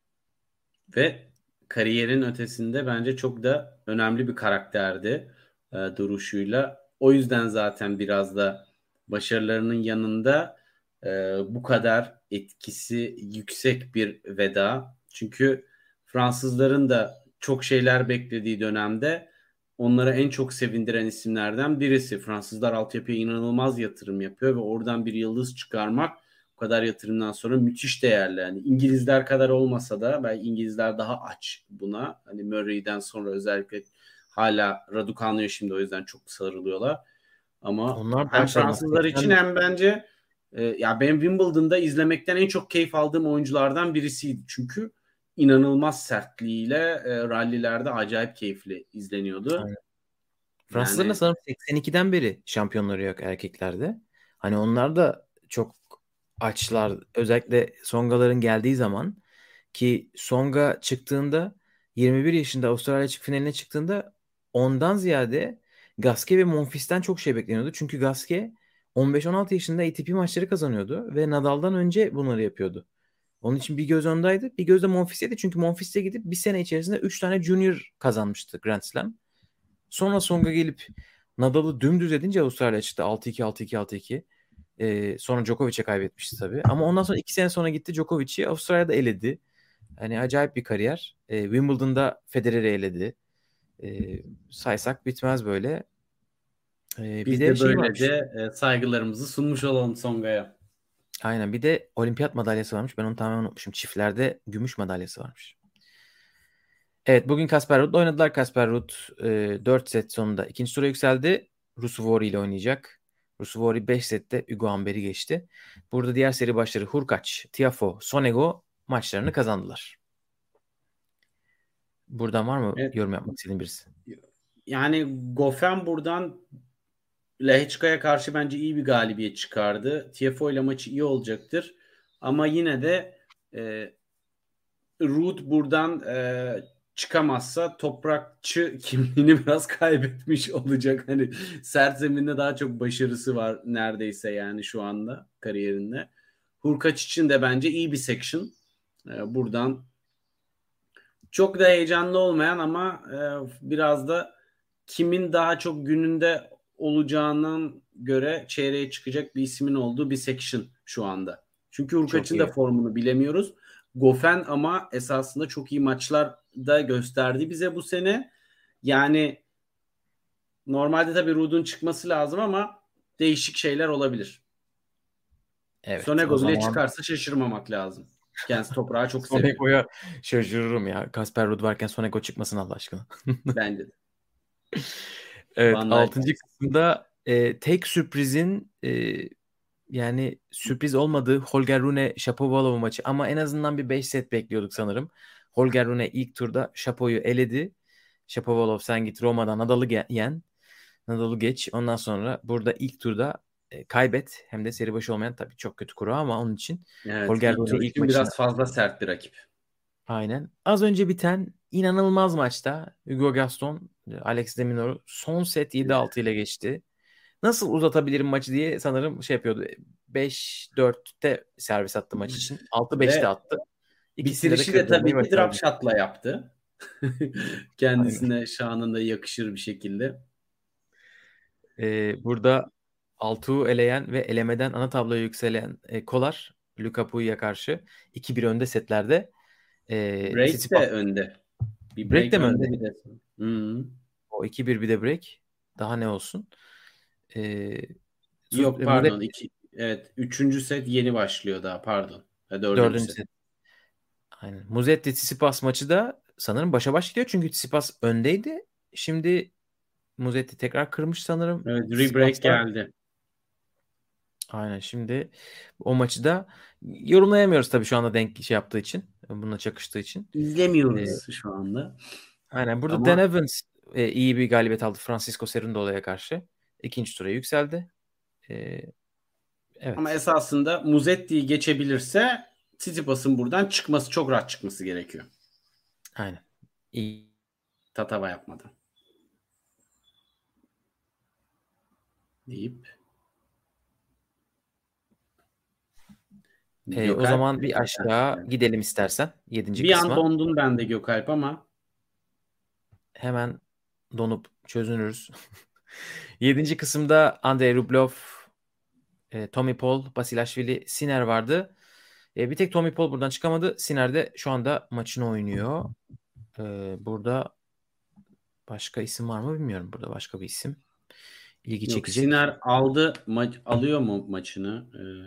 ve kariyerin ötesinde bence çok da önemli bir karakterdi. e, duruşuyla. O yüzden zaten biraz da başarılarının yanında e, bu kadar etkisi yüksek bir veda. Çünkü Fransızların da çok şeyler beklediği dönemde onlara en çok sevindiren isimlerden birisi. Fransızlar altyapıya inanılmaz yatırım yapıyor ve oradan bir yıldız çıkarmak bu kadar yatırımdan sonra müthiş değerli. Yani İngilizler kadar olmasa da belki İngilizler daha aç buna. Hani Murray'den sonra özellikle hala Raducanu'ya şimdi o yüzden çok sarılıyorlar. Ama
Onlar daha
hem
çalma.
Fransızlar için
seksen
hem bence e, ya ben Wimbledon'da izlemekten en çok keyif aldığım oyunculardan birisiydi. Çünkü inanılmaz sertliğiyle e, rallilerde acayip keyifli izleniyordu.
Aynen. Fransızların da
Yani
sanırım seksen ikiden beri şampiyonları yok erkeklerde. Hani onlar da çok açlar. Özellikle Songa'ların geldiği zaman, ki Songa çıktığında yirmi bir yaşında Avustralya açık finaline çıktığında ondan ziyade Gasquet ve Monfils'ten çok şey bekleniyordu. Çünkü Gasquet on beş on altı yaşında A T P maçları kazanıyordu ve Nadal'dan önce bunları yapıyordu. Onun için bir göz ondaydı. Bir göz de Monfils'teydi. Çünkü Monfils'e gidip bir sene içerisinde üç tane junior kazanmıştı Grand Slam. Sonra Songa gelip Nadal'ı dümdüz edince Avustralya çıktı altı iki altı iki altı iki. Ee, sonra Djokovic'e kaybetmişti tabii. Ama ondan sonra iki sene sonra gitti Djokovic'i Avustralya'da eledi. Hani acayip bir kariyer. Ee, Wimbledon'da Federer'i eledi. Ee, saysak bitmez böyle. Ee, bir
biz
de
de
şey
böylece
varmış.
e, saygılarımızı sunmuş olalım Songa'ya.
Aynen, bir de olimpiyat madalyası varmış. Ben onu tamamen unutmuşum. Çiftlerde gümüş madalyası varmış. Evet, bugün Kasper Ruud'la oynadılar. Kasper Ruud e, dört set sonunda ikinci tura yükseldi. Ruusuvuori ile oynayacak. Ruusuvuori beş sette Hugo Humbert'i geçti. Burada diğer seri başları Hurkacz, Tiafoe, Sonego maçlarını kazandılar. Buradan var mı
Evet.
yorum yapmak istediğin birisi?
Yani Goffin buradan Lehečka'ya karşı bence iyi bir galibiyet çıkardı. Tiafoe ile maçı iyi olacaktır. Ama yine de e, Ruud buradan e, çıkamazsa toprakçı kimliğini biraz kaybetmiş olacak. Hani sert zeminde daha çok başarısı var neredeyse yani şu anda kariyerinde. Hurkacz için de bence iyi bir section. E, buradan çok da heyecanlı olmayan ama e, biraz da kimin daha çok gününde olacağından göre çeyreğe çıkacak bir ismin olduğu bir section şu anda. Çünkü
Çok
Hurkaç'ın da
iyi.
formunu bilemiyoruz. Goffin ama esasında çok iyi maçlar da gösterdi bize bu sene. Yani normalde tabii Ruud'un çıkması lazım ama değişik şeyler olabilir.
Evet, o
Sonego bile
zaman
çıkarsa şaşırmamak lazım. Kendisi toprağı çok seviyor.
Sonego'ya şaşırırım ya. Kasper Ruud varken Sonego çıkmasın Allah aşkına.
Bence de.
Evet,
Van Dijk.
altıncı kısımda e, tek sürprizin e, yani sürpriz olmadığı Holger Rune Shapovalov maçı, ama en azından bir beş set bekliyorduk sanırım. Holger Rune ilk turda Shapo'yu eledi. Shapovalov sen git Roma'da Nadal'ı ge- yen. Nadal'ı geç. Ondan sonra burada ilk turda e, kaybet. Hem de seri başı olmayan, tabii çok kötü kuru ama onun için
Evet,
Holger
ilk
Rune
tur
ilk
için
maçını
biraz fazla sert bir rakip.
aynen. Az önce biten inanılmaz maçta Hugo Gaston Alex de Minaur'u son set yedi altı ile geçti. Nasıl uzatabilirim maçı diye sanırım şey yapıyordu. beş dörtte servis attı maç için. altı beşte
Ve
attı. İkisinde de
bitirişi de
kırdırmayı
tabii ki drop
başardı.
shot'la yaptı.
Aynen.
Kendisine şanında yakışır bir şekilde.
Ee, burada Altuğ'u eleyen ve elemeden ana tabloya yükselen e, Kolar Luka Pouille'ye karşı iki bir önde setlerde. E,
Break
Tsitsipas
de önde. Bir
break
break
de mi
önde
önde?
bir de. Hı-hı.
O iki bir bir de break. Daha ne olsun? E, Sus,
Yok
e,
pardon.
Muzetti
İki, evet. Üçüncü set yeni başlıyor daha pardon. Ha, dördüncü
dördüncü
set.
set. Aynen. Muzetti Tsitsipas maçı da sanırım başa baş gidiyor. Çünkü Tsitsipas öndeydi. Şimdi Muzetti tekrar kırmış sanırım.
Evet,
Tsitsipas
rebreak
da
geldi.
aynen, şimdi o maçı da yorumlayamıyoruz tabii şu anda denk şey yaptığı için. Bununla çakıştığı için. Ee,
İzlemiyoruz şu anda.
aynen, burada Dan
Ama
Evans e, iyi bir galibiyet aldı Francisco Cerundolo'ya karşı. İkinci tura yükseldi. Ee,
ama
evet.
esasında Muzetti'yi geçebilirse Tsitsipas'ın buradan çıkması çok rahat çıkması gerekiyor.
Aynen. İyi.
Tatava yapmadan. Deyip
Ee, o
Gökalp.
zaman bir aşağı gidelim istersen. Yedinci
Bir an
kısma.
dondum ben de Gökalp ama
Hemen donup çözünürüz. Yedinci kısımda Andrei Rublev, e, Tommy Paul, Basilashvili, Sinner vardı. E, bir tek Tommy Paul buradan çıkamadı. Sinner de şu anda maçını oynuyor. E, burada başka isim var mı bilmiyorum. Burada başka bir isim. İlgi
Yok,
çekecek.
Sinner aldı, ma- alıyor mu maçını?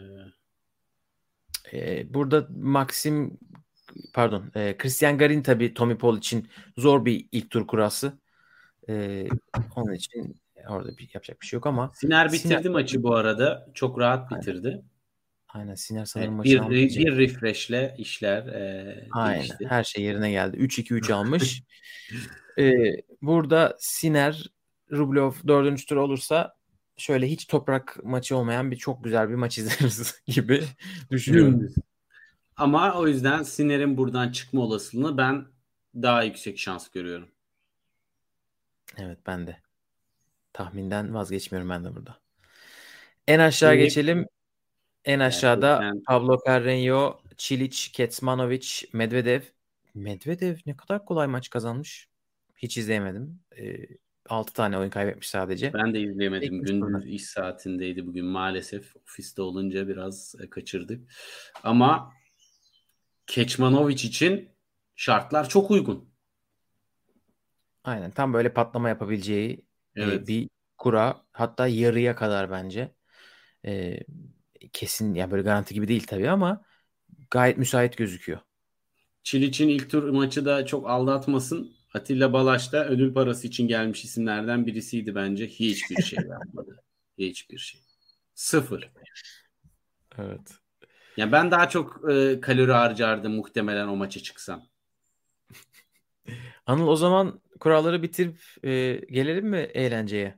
Ee...
E, burada Maxim pardon e, Christian Garin tabii Tommy Paul için zor bir ilk tur kurası. E, onun için orada bir, yapacak bir şey yok ama
Sinner bitirdi
Sinner,
maçı bu arada. Çok rahat
aynen,
bitirdi.
aynen Sinner sanırım
Evet,
maçını
bir,
almayacak.
bir refreshle işler e,
Aynen.
değişti.
Her şey yerine geldi. üç iki üç almış. ee, burada Sinner, Rublev dördüncü tur olursa şöyle hiç toprak maçı olmayan bir çok güzel bir maç izleriz gibi düşünüyorum.
Dümdüz. Ama o yüzden Sinner'in buradan çıkma olasılığını ben daha yüksek şans görüyorum.
Evet, ben de. Tahminden vazgeçmiyorum ben de burada. En aşağı
Ee,
geçelim. En aşağıda
Gerçekten
Pablo Carreño, Cilic, Kecmanovic, Medvedev. Medvedev ne kadar kolay maç kazanmış. Hiç izleyemedim. Ee, altı tane oyun kaybetmiş sadece.
ben de izleyemedim.
İlk turda.
Gündüz iş saatindeydi bugün maalesef. Ofiste olunca biraz e, kaçırdık. Ama Kecmanovic için şartlar çok uygun.
Aynen, tam böyle patlama yapabileceği e,
Evet.
bir kura, hatta yarıya kadar bence. E, kesin yani böyle garanti gibi değil tabii ama gayet müsait gözüküyor.
Çiliç'in ilk tur maçı da çok aldatmasın. Atilla Balaş da ödül parası için gelmiş isimlerden birisiydi bence. Hiçbir şey yapmadı. Hiçbir şey. Sıfır.
Evet.
Yani ben daha çok e, kalori harcardım muhtemelen o maça çıksam.
Anıl, o zaman kuralları bitirip e, gelelim mi eğlenceye?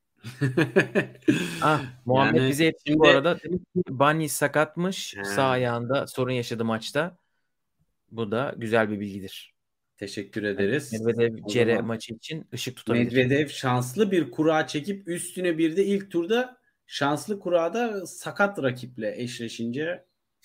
Ah, Muhammed
Yani
bize etti bu
şimdi
arada. Demek ki Bani sakatmış. Sağ
He,
ayağında sorun yaşadı maçta. Bu da güzel bir bilgidir.
teşekkür
Yani
ederiz.
Medvedev
O
Cere
zaman
maçı için ışık tutabilir.
Medvedev şanslı bir kura çekip üstüne bir de ilk turda şanslı kurada sakat rakiple eşleşince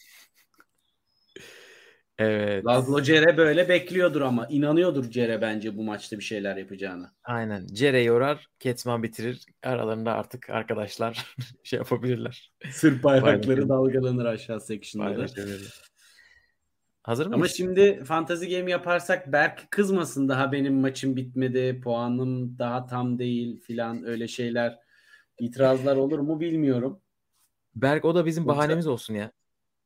Evet.
Laszlo Cere böyle bekliyordur ama inanıyordur Cere bence bu maçta bir şeyler yapacağına.
Aynen. Cere yorar, Ketman bitirir. Aralarında artık arkadaşlar şey yapabilirler.
Sırp bayrakları
Paylaşabilir.
dalgalanır aşağı section'da da.
Paylaşabilirler. Hazır
Ama
mıyız?
şimdi fantasy game yaparsak Berk kızmasın, daha benim maçım bitmedi, puanım daha tam değil filan, öyle şeyler, itirazlar olur mu bilmiyorum.
Berk, o da bizim
Yoksa
bahanemiz olsun ya.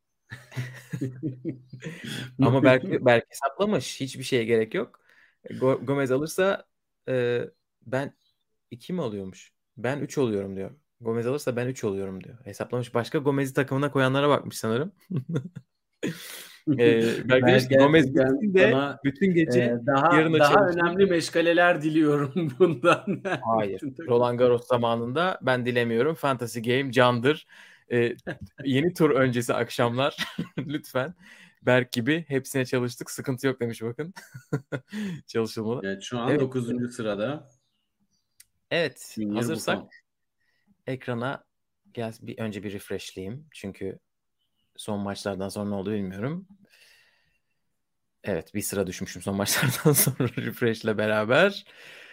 Ama Berk, Berk hesaplamış. Hiçbir şeye gerek yok. Go- Gomez alırsa e, ben iki mi oluyormuş? Ben üç oluyorum diyor. Gomez alırsa ben üç oluyorum diyor. Hesaplamış. Başka Gomez'i takımına koyanlara bakmış sanırım. e, Berk demiş
Berk
ki Gomez
gerçekten
bitsin de
sana
bütün
e,
gece
daha
yarına
daha
çalışayım.
önemli meşgaleler diliyorum bundan.
Hayır.
Bütün takım-
Roland Garros zamanında ben dilemiyorum. Fantasy Game candır. Ee, yeni tur öncesi akşamlar lütfen Berk gibi hepsine çalıştık. Sıkıntı yok demiş, bakın. Çalışılmalı.
Evet, şu an
Evet.
dokuzuncu sırada
Evet.
Junior
Hazırsak
Buffon.
ekrana gel, bir önce bir refreshleyeyim. Çünkü son maçlardan sonra ne oldu bilmiyorum. Evet, bir sıra düşmüşüm son maçlardan sonra refreshle beraber.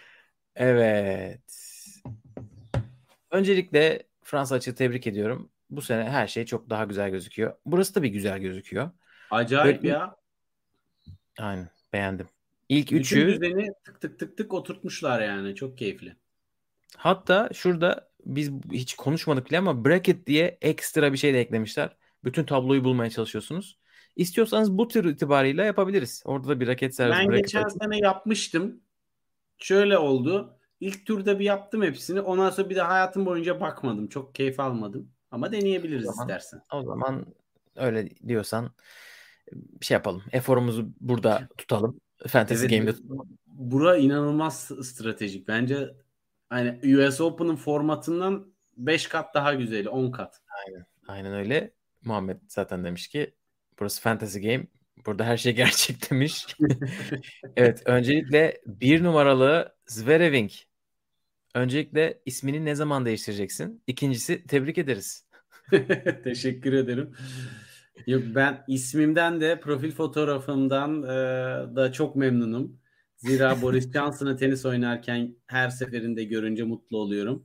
Evet. Öncelikle Fransa açığı tebrik ediyorum. Bu sene her şey çok daha güzel gözüküyor. Burası da bir güzel gözüküyor.
Acayip
Böyle,
ya.
aynen, beğendim. İlk
Bütün
üçü,
düzeni tık tık tık tık oturtmuşlar yani. Çok keyifli.
hatta şurada biz hiç konuşmadık bile ama bracket diye ekstra bir şey de eklemişler. Bütün tabloyu bulmaya çalışıyorsunuz. İstiyorsanız bu tür itibarıyla yapabiliriz. Orada da bir raket servis
Ben
bracket
geçen
açıp.
sene yapmıştım. Şöyle oldu. İlk turda bir yaptım hepsini. Ondan sonra bir de hayatım boyunca bakmadım. Çok keyif almadım. Ama
O
deneyebiliriz
zaman,
istersen.
o zaman öyle diyorsan bir şey yapalım. Eforumuzu burada tutalım. Fantasy
Evet,
Game'de
bu-
tutalım.
bura inanılmaz stratejik. Bence hani U S Open'ın formatından beş kat daha güzeli, on kat.
Aynen. Aynen öyle. Muhammed zaten demiş ki burası Fantasy Game. Burada her şey gerçek demiş. Evet, öncelikle bir numaralı Zvereving. Öncelikle ismini ne zaman değiştireceksin? İkincisi, tebrik ederiz.
Teşekkür ederim. Yok, ben ismimden de profil fotoğrafımdan e, da çok memnunum. Zira Boris Johnson'ı tenis oynarken her seferinde görünce mutlu oluyorum.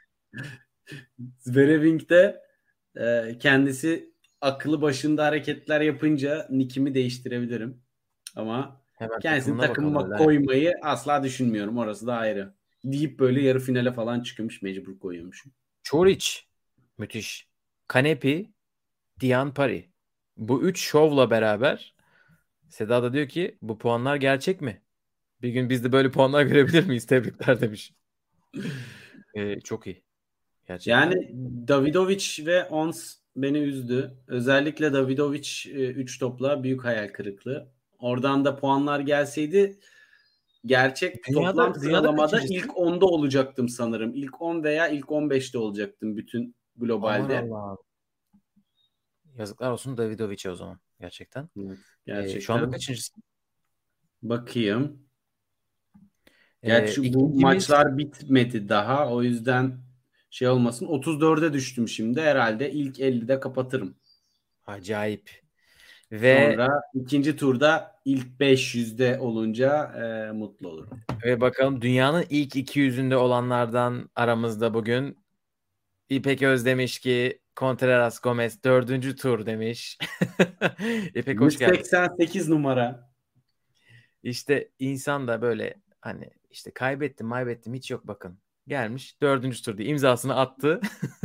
Zverev'de e, kendisi akıllı başında hareketler yapınca nickimi değiştirebilirim. Ama
Hemen
kendisini
takımına
takımıma
bakalım.
koymayı asla düşünmüyorum. Orası da ayrı. Deyip böyle yarı finale falan çıkıyormuş. Mecbur koyuyormuşum.
Çoric. Müthiş. Kanepi. Dian Pari. Bu üç şovla beraber Seda da diyor ki bu puanlar gerçek mi? Bir gün biz de böyle puanlar görebilir miyiz? Tebrikler demiş. Ee, çok iyi. Gerçekten.
Yani Davidovic ve Ons beni üzdü. Özellikle Davidovic üç topla büyük hayal kırıklığı. Oradan da puanlar gelseydi gerçek
Dünyada,
toplam
dünyada
sıralamada
kaçıncısın?
ilk onda olacaktım sanırım. İlk on veya ilk on beşte olacaktım bütün globalde.
Aman Allah'ım. Yazıklar olsun Davidovic'e o zaman. Gerçekten.
Evet,
Ee,
gerçekten.
şu anda kaçıncısın?
Bakayım.
Ee,
Gerçi bu
ikincimiz
maçlar bitmedi daha. O yüzden şey olmasın. otuz dörde düştüm şimdi. Herhalde ilk ellide kapatırım.
acayip. Ve
Sonra ikinci turda ilk beş yüzde olunca e, mutlu olurum.
ve bakalım dünyanın ilk iki yüzünde olanlardan aramızda bugün İpek Öz demiş ki Contreras Gomez dördüncü tur demiş. İpek hoş
yüz
geldin.
seksen sekiz numara.
İşte insan da böyle hani işte kaybettim maybettim hiç yok bakın. Gelmiş dördüncü tur diye imzasını attı.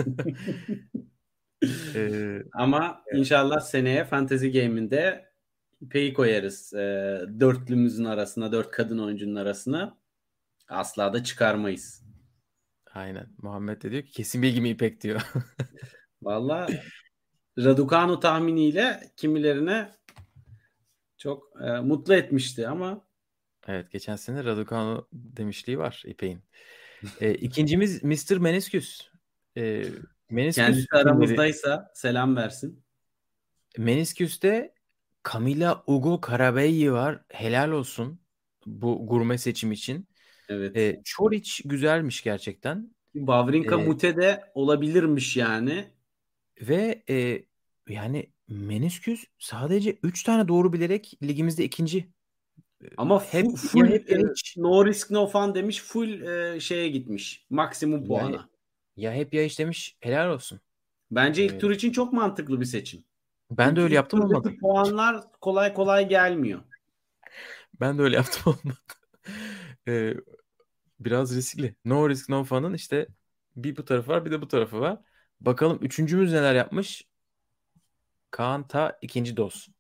ee,
Ama inşallah seneye Fantasy Game'inde İpek'i koyarız. E, dörtlümüzün arasına, dört kadın oyuncunun arasına. Asla da çıkarmayız.
aynen. Muhammed de diyor ki kesin bilgi mi İpek diyor.
Valla Raducanu tahminiyle kimilerine çok e, mutlu etmişti ama
Evet geçen sene Raducanu demişliği var İpek'in. Ee, ikincimiz mister Menisküs. Ee, Menisküs
kendisi
kimleri?
aramızdaysa selam versin.
Menisküs'te Camila Ugo Carabelli var. Helal olsun bu gurme seçim için.
Evet.
Ee, Çoric güzelmiş gerçekten.
Wawrinka
Ee,
Mute de olabilirmiş yani.
ve e, yani Menisküs sadece üç tane doğru bilerek ligimizde ikinci.
Ama
Hep
full,
ya
full
hep ya
e,
hiç.
no risk no fun demiş. Full e, şeye gitmiş. Maksimum
Ya,
puana.
ya hep ya hiç demiş. Helal olsun.
Bence ilk
Ee,
tur için çok mantıklı bir seçim.
ben de
Çünkü
öyle
ilk
yaptım
turdaki
olmadı.
puanlar kolay kolay gelmiyor.
Ben de öyle yaptım olmadı. Ee, biraz riskli. No risk no fun'ın işte bir bu tarafı var bir de bu tarafı var. Bakalım üçüncümüz neler yapmış? Kaan Ta ikinci doz.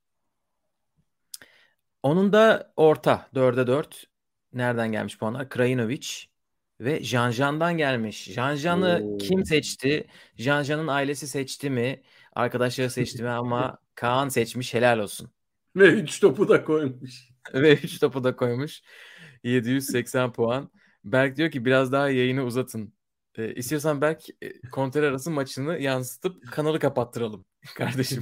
Onun da orta dörde dört. Nereden gelmiş puanlar? Krajinovic ve Janjan'dan gelmiş. Janjan'ı
Oo.
kim seçti? Janjan'ın ailesi seçti mi? Arkadaşları seçti mi? Ama Kaan seçmiş. Helal olsun.
Ve üç topu da koymuş.
Ve üç topu da koymuş. yedi yüz seksen puan. Berk diyor ki biraz daha yayını uzatın. E, istiyorsan Berk e, Contreras maçını yansıtıp kanalı kapattıralım kardeşim.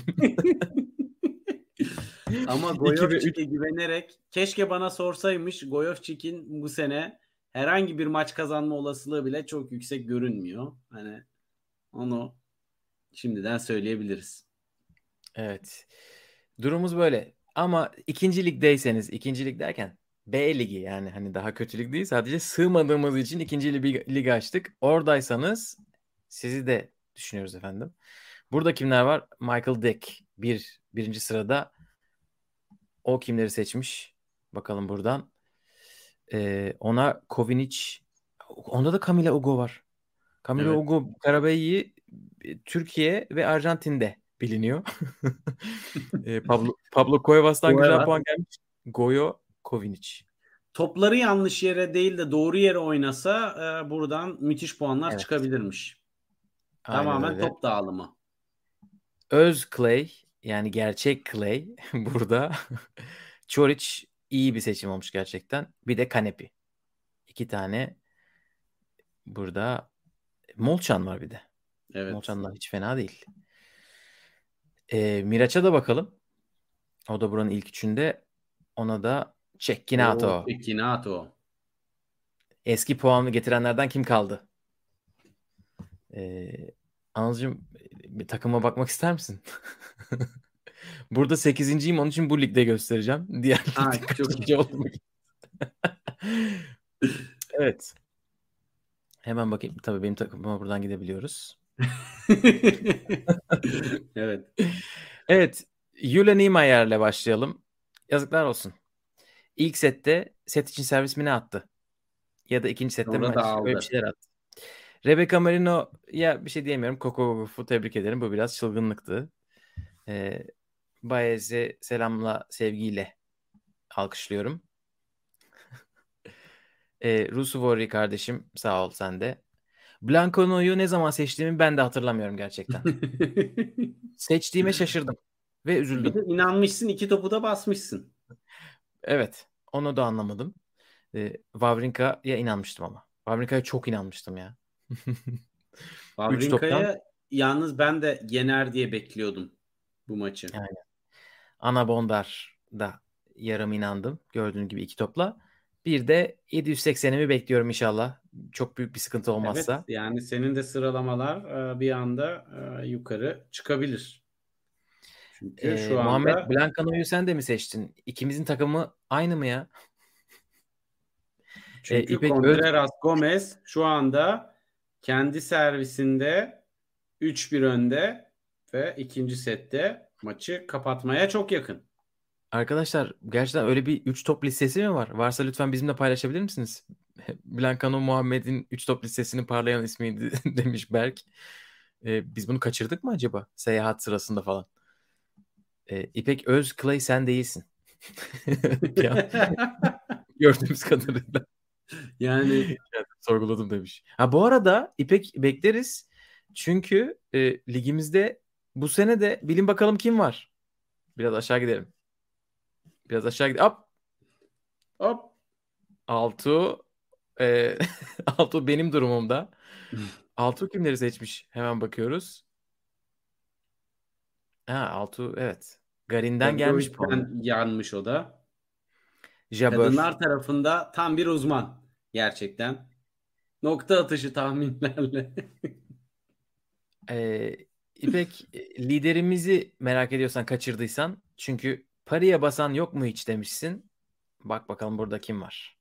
Ama
iki ve üç.
Goyovçik'e güvenerek keşke bana sorsaymış, Goyovçik'in bu sene herhangi bir maç kazanma olasılığı bile çok yüksek görünmüyor. Hani onu şimdiden söyleyebiliriz.
Evet. Durumumuz böyle. Ama ikinci ligdeyseniz, ikinci lig derken B ligi yani hani daha kötü lig değil. Sadece sığmadığımız için ikinci lig, lig açtık. Oradaysanız sizi de düşünüyoruz efendim. Burada kimler var? Michael Dick bir, birinci sırada. O kimleri seçmiş? Bakalım buradan. Ee, ona Kovinic. Onda da Camila Ugo var. Camila
Evet.
Ugo Carabelli e, Türkiye ve Arjantin'de biliniyor. e, Pablo, Pablo Cuevas'tan güzel
Cuevas.
puan gelmiş. Goyo Kovinic.
Topları yanlış yere değil de doğru yere oynasa e, buradan müthiş puanlar
Evet.
çıkabilirmiş.
Aynen
Tamamen
öyle.
top dağılımı.
Öz Clay yani gerçek Clay burada. Çoric iyi bir seçim olmuş gerçekten. Bir de Kanepi. İki tane burada. Molchan var bir de.
Evet.
Molchan da hiç fena değil. E, Miraç'a da bakalım. O da buranın ilk üçünde. Ona da Cecchinato.
Cecchinato.
Eski puanı getirenlerden kim kaldı? Ee, Anılcığım bir takıma bakmak ister misin? Burada sekizinciyim onun için bu ligde göstereceğim. Diğer
Ha,
ligde
çok
kaçıncı oldum? Evet. Hemen bakayım. Tabii benim takımıma buradan gidebiliyoruz.
Evet.
Evet. Yulia Niemeyer'le başlayalım. Yazıklar olsun. İlk sette set için servis mi ne attı? Ya da ikinci sette mi
Sonra
maç? Öyle bir
dağıldı.
şeyler attı. Rebecca Marino'ya bir şey diyemiyorum. Coco Gauff'u tebrik ederim. Bu biraz çılgınlıktı. Ee, Baez'i selamla, sevgiyle alkışlıyorum. Ee, Rusuvori kardeşim sağ ol sen de. Blanco'yu ne zaman seçtiğimi ben de hatırlamıyorum gerçekten. Seçtiğime şaşırdım ve
Bir
üzüldüm.
de inanmışsın, iki topu da basmışsın.
Evet, onu da anlamadım. Ee, Wawrinka'ya inanmıştım ama. Wawrinka'ya çok inanmıştım ya. üç toptan
Wawrinka'ya yalnız ben de yener diye bekliyordum bu maçı.
yani Ana Bondar da yarım inandım. Gördüğün gibi iki topla. Bir de yedi yüz seksenimi bekliyorum inşallah. Çok büyük bir sıkıntı
Evet,
olmazsa.
yani senin de sıralamalar e, bir anda e, yukarı çıkabilir. Çünkü
Ee,
şu
Muhammed
anda
Blancano'yu sen de mi seçtin? İkimizin takımı aynı mı ya? Ee,
çünkü
İpek Öz
Contreras Gomez şu anda kendi servisinde üç bir önde ve ikinci sette maçı kapatmaya çok yakın.
Arkadaşlar gerçekten öyle bir üç top listesi mi var? Varsa lütfen bizimle paylaşabilir misiniz? Blancano Muhammed'in üç top listesini parlayan ismiydi demiş Berk. Ee, biz bunu kaçırdık mı acaba? Seyahat sırasında falan. Ee, İpek Öz Clay sen değilsin. Ya, gördüğümüz kadarıyla.
Yani
Yani sorguladım demiş. Ha bu arada İpek bekleriz. Çünkü e, ligimizde bu sene de bilin bakalım kim var. Biraz aşağı gidelim. Biraz aşağı gidelim. Hop.
hop.
Altu. E, Altu benim durumumda. Altu kimleri seçmiş? Hemen bakıyoruz. Ha Altu evet. Garin'den gelmiş puanlar.
Davidovic'den yanmış o da.
Jabeur.
Kadınlar tarafında tam bir uzman gerçekten. Nokta atışı tahminlerle.
E, İpek e, liderimizi merak ediyorsan kaçırdıysan. Çünkü paraya basan yok mu hiç demişsin. Bak bakalım burada kim var.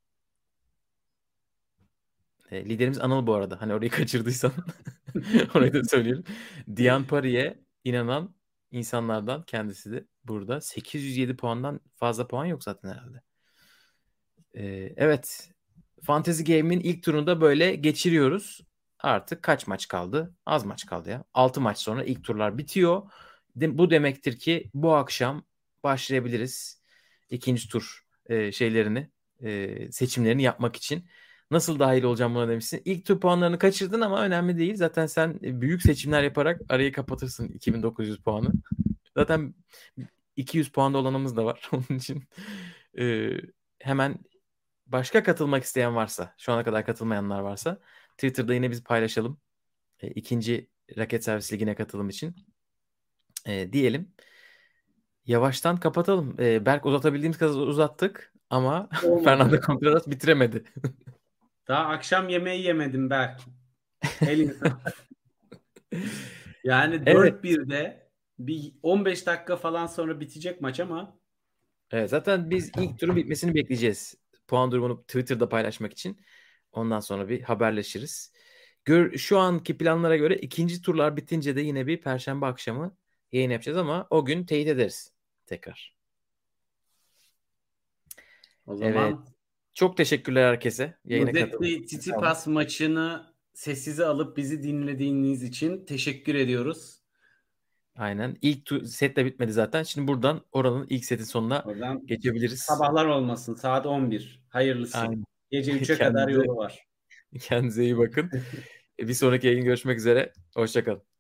E, liderimiz Anıl bu arada. Hani orayı kaçırdıysan orayı da söyleyelim. Dian Pari'ye inanan insanlardan kendisi de burada. sekiz yüz yedi puandan fazla puan yok zaten herhalde. E, evet. Fantasy Game'in ilk turunda böyle geçiriyoruz. Artık kaç maç kaldı? Az maç kaldı ya. altı maç sonra ilk turlar bitiyor. De- bu demektir ki bu akşam başlayabiliriz. İkinci tur e, şeylerini, e, seçimlerini yapmak için. Nasıl dahil olacağım buna demişsin. İlk tur puanlarını kaçırdın ama önemli değil. Zaten sen büyük seçimler yaparak arayı kapatırsın iki bin dokuz yüz puanı. Zaten iki yüz puanda olanımız da var. Onun için e, hemen başka katılmak isteyen varsa, şu ana kadar katılmayanlar varsa Twitter'da yine biz paylaşalım. E, ikinci Raket Servis Ligi'ne katılım için. E, diyelim. Yavaştan kapatalım. E, Berk uzatabildiğimiz kadar uzattık ama Fernando
Olmadı.
Contreras bitiremedi.
Daha akşam yemeği yemedim belki. El insaf. Yani
Evet.
dört birde bir on beş dakika falan sonra bitecek maç ama
Evet, zaten biz ilk turun bitmesini bekleyeceğiz. Puan durumunu Twitter'da paylaşmak için. Ondan sonra bir haberleşiriz. Gör, şu anki planlara göre ikinci turlar bitince de yine bir Perşembe akşamı yayın yapacağız ama o gün teyit ederiz tekrar.
o
Evet.
zaman
Çok teşekkürler herkese yayına katıldığınız
özetli
için.
Tsitsipas maçını sessize alıp bizi dinlediğiniz için teşekkür ediyoruz.
Aynen. İlk tu- set de bitmedi zaten. Şimdi buradan oranın ilk setin sonuna
Oradan
geçebiliriz.
sabahlar olmasın. Saat on bir. Hayırlısı.
Aynen.
Gece üçe kadar
Kendinize,
yolu var.
kendinize iyi bakın. Bir sonraki yayın görüşmek üzere. Hoşça kalın.